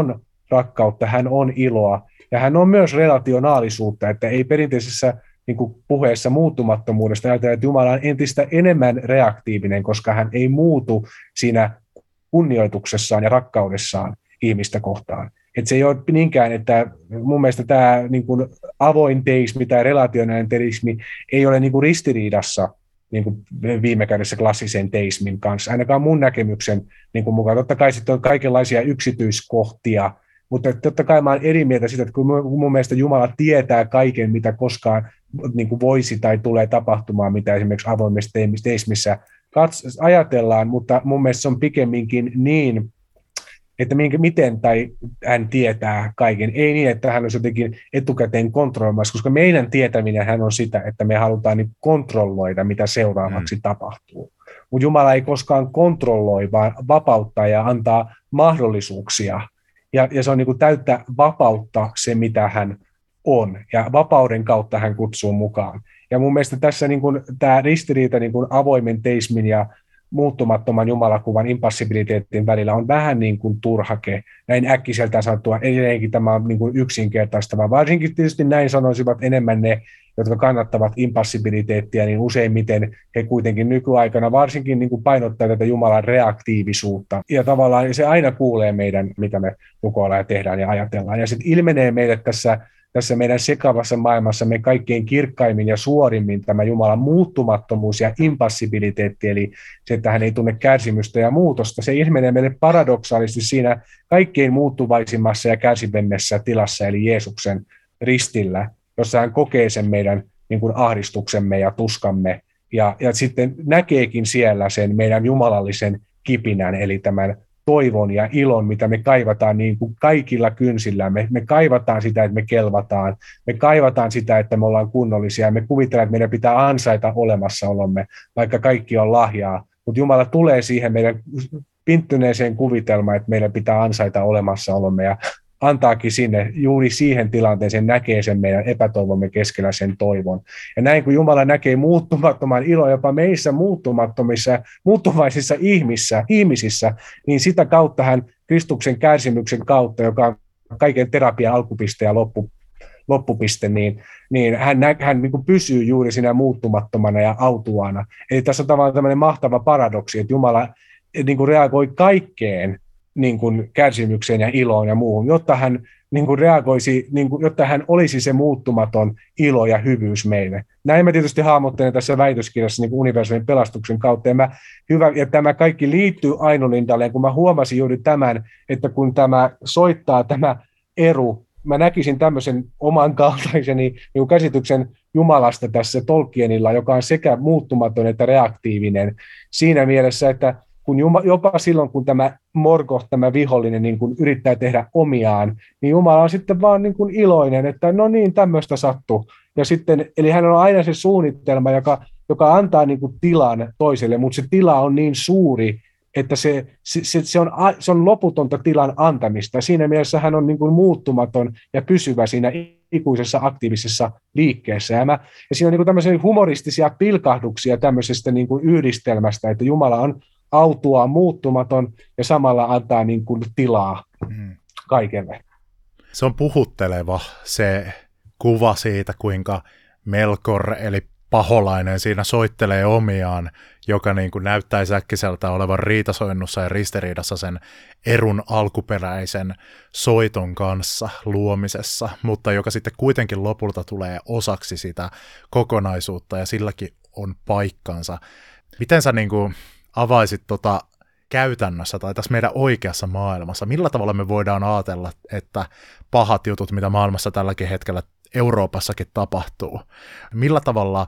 rakkautta, hän on iloa, ja hän on myös relationaalisuutta, että ei perinteisessä niin kuin puheessa muuttumattomuudesta ajatella, että Jumala on entistä enemmän reaktiivinen, koska hän ei muutu siinä kunnioituksessaan ja rakkaudessaan ihmistä kohtaan. Että se ei ole niinkään, että mun mielestä tämä niin kuin avoin teismi tai relationaalinen teismi ei ole niin kuin ristiriidassa niin kuin viime kädessä klassisen teismin kanssa, ainakaan mun näkemyksen niin kuin mukaan. Totta kai sitten on kaikenlaisia yksityiskohtia, mutta totta kai mä olen eri mieltä siitä, että kun mun mielestä Jumala tietää kaiken, mitä koskaan niin kuin voisi tai tulee tapahtumaan, mitä esimerkiksi avoimessa teismissä ajatellaan, mutta mun mielestä se on pikemminkin niin, että minkä, miten tai hän tietää kaiken. Ei niin, että hän olisi jotenkin etukäteen kontrolloimassa, koska meidän tietäminen hän on sitä, että me halutaan niin kontrolloida, mitä seuraavaksi mm. tapahtuu. Mutta Jumala ei koskaan kontrolloi, vaan vapauttaa ja antaa mahdollisuuksia. Ja, ja se on niin kuin täyttä vapautta se, mitä hän on. Ja vapauden kautta hän kutsuu mukaan. Ja mun mielestä tässä niin kuin, tämä ristiriita niin kuin avoimen teismin ja muuttumattoman jumalakuvan impassibiliteetin välillä on vähän niin kuin turhake, näin äkkiseltään sanottua, edelleenkin tämä on niin kuin yksinkertaistava. Varsinkin tietysti näin sanoisivat enemmän ne, jotka kannattavat impassibiliteettia, niin useimmiten he kuitenkin nykyaikana varsinkin niin kuin painottaa tätä Jumalan reaktiivisuutta. Ja tavallaan se aina kuulee meidän, mitä me rukoillaan ja tehdään ja ajatellaan. Ja sitten ilmenee meille tässä tässä meidän sekavassa maailmassa me kaikkein kirkkaimmin ja suorimmin tämä Jumalan muuttumattomuus ja impassibiliteetti, eli se, että hän ei tunne kärsimystä ja muutosta, se ilmenee meille paradoksaalisesti siinä kaikkein muuttuvaisimmassa ja kärsivemmässä tilassa, eli Jeesuksen ristillä, jossa hän kokee sen meidän niin kuin ahdistuksemme ja tuskamme, ja, ja sitten näkeekin siellä sen meidän jumalallisen kipinän, eli tämän toivon ja ilon, mitä me kaivataan niin kuin kaikilla kynsillä. Me, me kaivataan sitä, että me kelvataan. Me kaivataan sitä, että me ollaan kunnollisia. Me kuvitellaan, että meidän pitää ansaita olemassaolomme, vaikka kaikki on lahjaa. Mutta Jumala tulee siihen meidän pinttyneeseen kuvitelmaan, että meidän pitää ansaita olemassaolomme ja antaakin sinne juuri siihen tilanteeseen, näkee sen meidän epätoivomme keskellä sen toivon. Ja näin kun Jumala näkee muuttumattoman ilon jopa meissä muuttumattomissa, muuttuvaisissa ihmisissä, ihmisissä, niin sitä kautta hän Kristuksen kärsimyksen kautta, joka on kaiken terapian alkupiste ja loppu, loppupiste, niin, niin hän, hän niin kuin pysyy juuri siinä muuttumattomana ja autuaana. Eli tässä on tavallaan tämmöinen mahtava paradoksi, että Jumala niin kuin reagoi kaikkeen, niin kuin kärsimykseen ja iloon ja muuhun, jotta hän niin kuin reagoisi, niin kuin, jotta hän olisi se muuttumaton ilo ja hyvyys meille. Näin mä tietysti hahmottelen tässä väitöskirjassa niin kuin universumin pelastuksen kautta, ja, mä, hyvä, ja tämä kaikki liittyy Aino Lindalleen, kun mä huomasin juuri tämän, että kun tämä soittaa tämä Eru, mä näkisin tämmöisen oman kaltaiseni niin kuin käsityksen Jumalasta tässä Tolkienilla, joka on sekä muuttumaton että reaktiivinen siinä mielessä, että kun jopa silloin, kun tämä Morgoth, tämä vihollinen, niin kun yrittää tehdä omiaan, niin Jumala on sitten vaan niin kuin iloinen, että no niin, tämmöistä sattuu. Ja sitten, eli hän on aina se suunnitelma, joka, joka antaa niin kuin tilan toiselle, mutta se tila on niin suuri, että se, se, se, on, se on loputonta tilan antamista. Siinä mielessä hän on niin kuin muuttumaton ja pysyvä siinä ikuisessa aktiivisessa liikkeessä. Ja, mä, ja siinä on niin kuin tämmöisiä humoristisia pilkahduksia tämmöisestä niin kuin yhdistelmästä, että Jumala on autua, muuttumaton ja samalla antaa niin kuin tilaa mm. kaikelle. Se on puhutteleva se kuva siitä, kuinka Melkor eli paholainen siinä soittelee omiaan, joka niin kuin näyttäisi äkkiseltä olevan riitasoinnussa ja ristiriidassa sen Erun alkuperäisen soiton kanssa luomisessa, mutta joka sitten kuitenkin lopulta tulee osaksi sitä kokonaisuutta ja silläkin on paikkansa. Miten sä niin kuin avaisit tota käytännössä tai tässä meidän oikeassa maailmassa, millä tavalla me voidaan ajatella, että pahat jutut, mitä maailmassa tälläkin hetkellä Euroopassakin tapahtuu, millä tavalla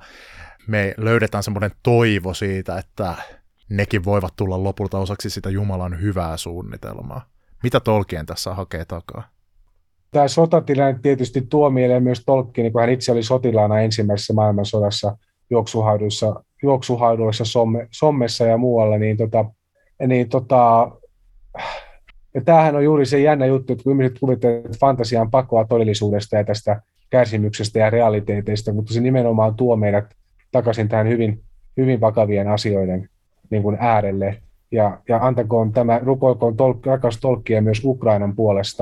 me löydetään semmoinen toivo siitä, että nekin voivat tulla lopulta osaksi sitä Jumalan hyvää suunnitelmaa. Mitä Tolkien tässä hakee takaa? Tämä sotatilanne tietysti tuo mieleen myös Tolkien, kun hän itse oli sotilaana ensimmäisessä maailmansodassa juoksuhauduissa, juoksuhauduissa somme, sommessa ja muualla, niin, tota, niin tota, ja tämähän on juuri se jännä juttu, että kun ihmiset kuvittelevat fantasiaan pakoa todellisuudesta ja tästä kärsimyksestä ja realiteeteista, mutta se nimenomaan tuo meidät takaisin tähän hyvin, hyvin vakavien asioiden niin kuin äärelle. Ja, ja antakoon tämä, rukoilkoon tol, rakas Tolkien myös Ukrainan puolesta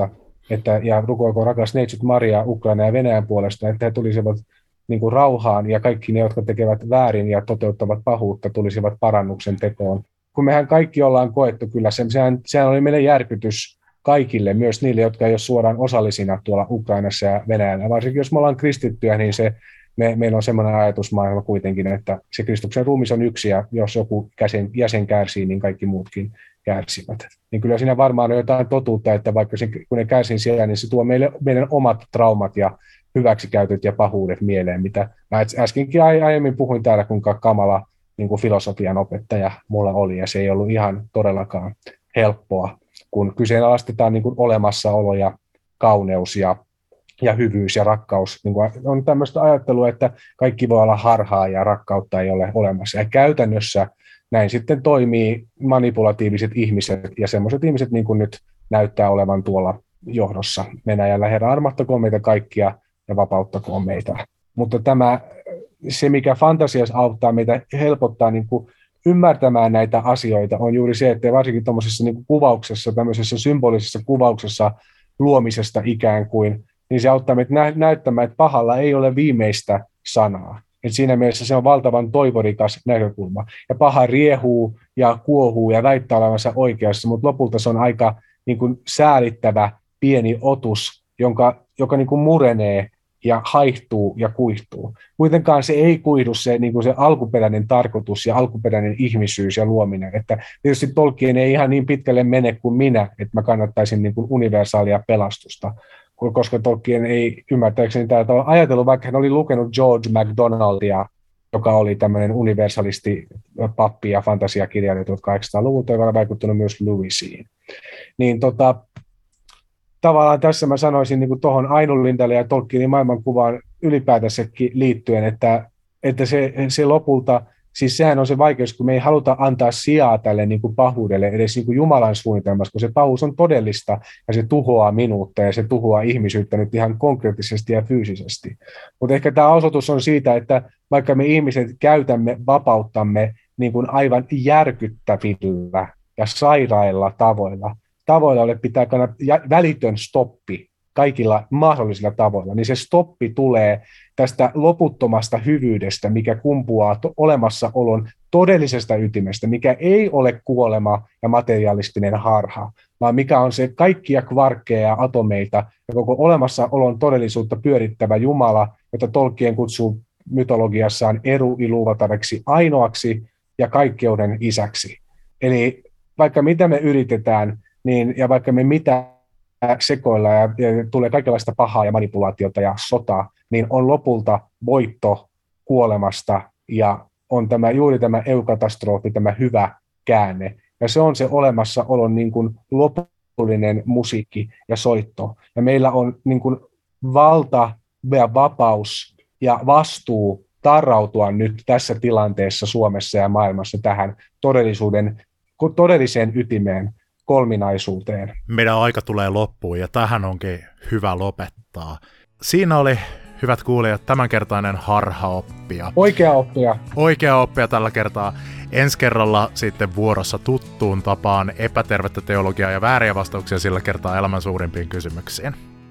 että, ja rukoilkoon rakas neitsyt Maria Ukraina ja Venäjän puolesta, että he tulisivat niin kuin rauhaan ja kaikki ne, jotka tekevät väärin ja toteuttavat pahuutta, tulisivat parannuksen tekoon. Kun mehän kaikki ollaan koettu kyllä, se, sehän, sehän oli meille järkytys kaikille, myös niille, jotka ei ole suoraan osallisina tuolla Ukrainassa ja Venäjällä. Varsinkin jos me ollaan kristittyjä, niin se, me, meillä on semmoinen ajatusmaailma kuitenkin, että se Kristuksen ruumis on yksi, ja jos joku jäsen, jäsen kärsii, niin kaikki muutkin kärsivät. Niin kyllä siinä varmaan on jotain totuutta, että vaikka se, kun ne kärsii siellä, niin se tuo meille meidän omat traumat ja hyväksikäytöt ja pahuudet mieleen, mitä mä äskenkin aiemmin puhuin täällä, kuinka kamala niin kuin filosofian opettaja mulla oli, ja se ei ollut ihan todellakaan helppoa, kun kyseenalaistetaan niin kuin olemassaolo ja kauneus ja, ja hyvyys ja rakkaus. Niin kuin on tämmöistä ajattelua, että kaikki voi olla harhaa ja rakkautta ei ole olemassa. Ja käytännössä näin sitten toimii manipulatiiviset ihmiset ja semmoiset ihmiset, niin kuin nyt näyttää olevan tuolla johdossa Venäjällä. Herra, armahtakoon meitä kaikkia ja vapauttakoon meitä. Mutta tämä, se, mikä fantasiassa auttaa meitä, helpottaa niin kuin ymmärtämään näitä asioita, on juuri se, että varsinkin tuollaisessa niin kuin kuvauksessa, tämmöisessä symbolisessa kuvauksessa luomisesta ikään kuin, niin se auttaa meitä nä- näyttämään, että pahalla ei ole viimeistä sanaa. Et siinä mielessä se on valtavan toivorikas näkökulma. Ja paha riehuu ja kuohuu ja väittää olevansa oikeassa, mutta lopulta se on aika niin kuin säälittävä pieni otus, jonka, joka niin kuin murenee ja haihtuu ja kuihtuu. Kuitenkaan se ei kuihdu se, niin kuin se alkuperäinen tarkoitus ja alkuperäinen ihmisyys ja luominen. Että tietysti Tolkien ei ihan niin pitkälle mene kuin minä, että mä kannattaisin niin kuin universaalia pelastusta, koska Tolkien ei ymmärtääkseni tällä tavalla ajatellut, vaikka hän oli lukenut George MacDonaldia, joka oli tämmöinen universalisti pappi ja fantasiakirjailija tuhatkahdeksansataaluvulta, joka on vaikuttanut myös Lewisiin. Niin tota, tavallaan tässä mä sanoisin niin kuin tuohon Ainu Lindalle ja Tolkienin maailmankuvaan ylipäätänsäkin liittyen, että, että se, se lopulta, siis sehän on se vaikeus, kun me ei haluta antaa sijaa tälle niin kuin pahuudelle edes niin kuin Jumalan suunnitelmassa, kun se pahuus on todellista ja se tuhoaa minuutta ja se tuhoaa ihmisyyttä nyt ihan konkreettisesti ja fyysisesti. Mutta ehkä tämä osoitus on siitä, että vaikka me ihmiset käytämme vapauttamme niin kuin aivan järkyttävillä ja sairailla tavoilla, tavoilla, joille pitää kannattaa välitön stoppi kaikilla mahdollisilla tavoilla, niin se stoppi tulee tästä loputtomasta hyvyydestä, mikä kumpuaa to- olemassaolon todellisesta ytimestä, mikä ei ole kuolema ja materialistinen harha, vaan mikä on se kaikkia kvarkkeja ja atomeita ja koko olemassaolon todellisuutta pyörittävä Jumala, jota Tolkien kutsuu mytologiassaan Eru Iluvatareksi ainoaksi ja kaikkeuden isäksi. Eli vaikka mitä me yritetään, niin, ja vaikka me mitä sekoillaan ja, ja tulee kaikenlaista pahaa ja manipulaatiota ja sotaa, niin on lopulta voitto kuolemasta ja on tämä, juuri tämä eukatastrofi, tämä hyvä käänne. Ja se on se olemassaolon niin kuin lopullinen musiikki ja soitto. Ja meillä on niin kuin valta ja vapaus ja vastuu tarrautua nyt tässä tilanteessa Suomessa ja maailmassa tähän todellisuuden, todelliseen ytimeen, kolminaisuuteen. Meidän aika tulee loppuun ja tähän onkin hyvä lopettaa. Siinä oli, hyvät kuulijat, tämänkertainen harhaoppija. Oikea oppija. Oikea oppija tällä kertaa. Ensi kerralla sitten vuorossa tuttuun tapaan epätervettä teologiaa ja vääriä vastauksia sillä kertaa elämän suurimpiin kysymyksiin.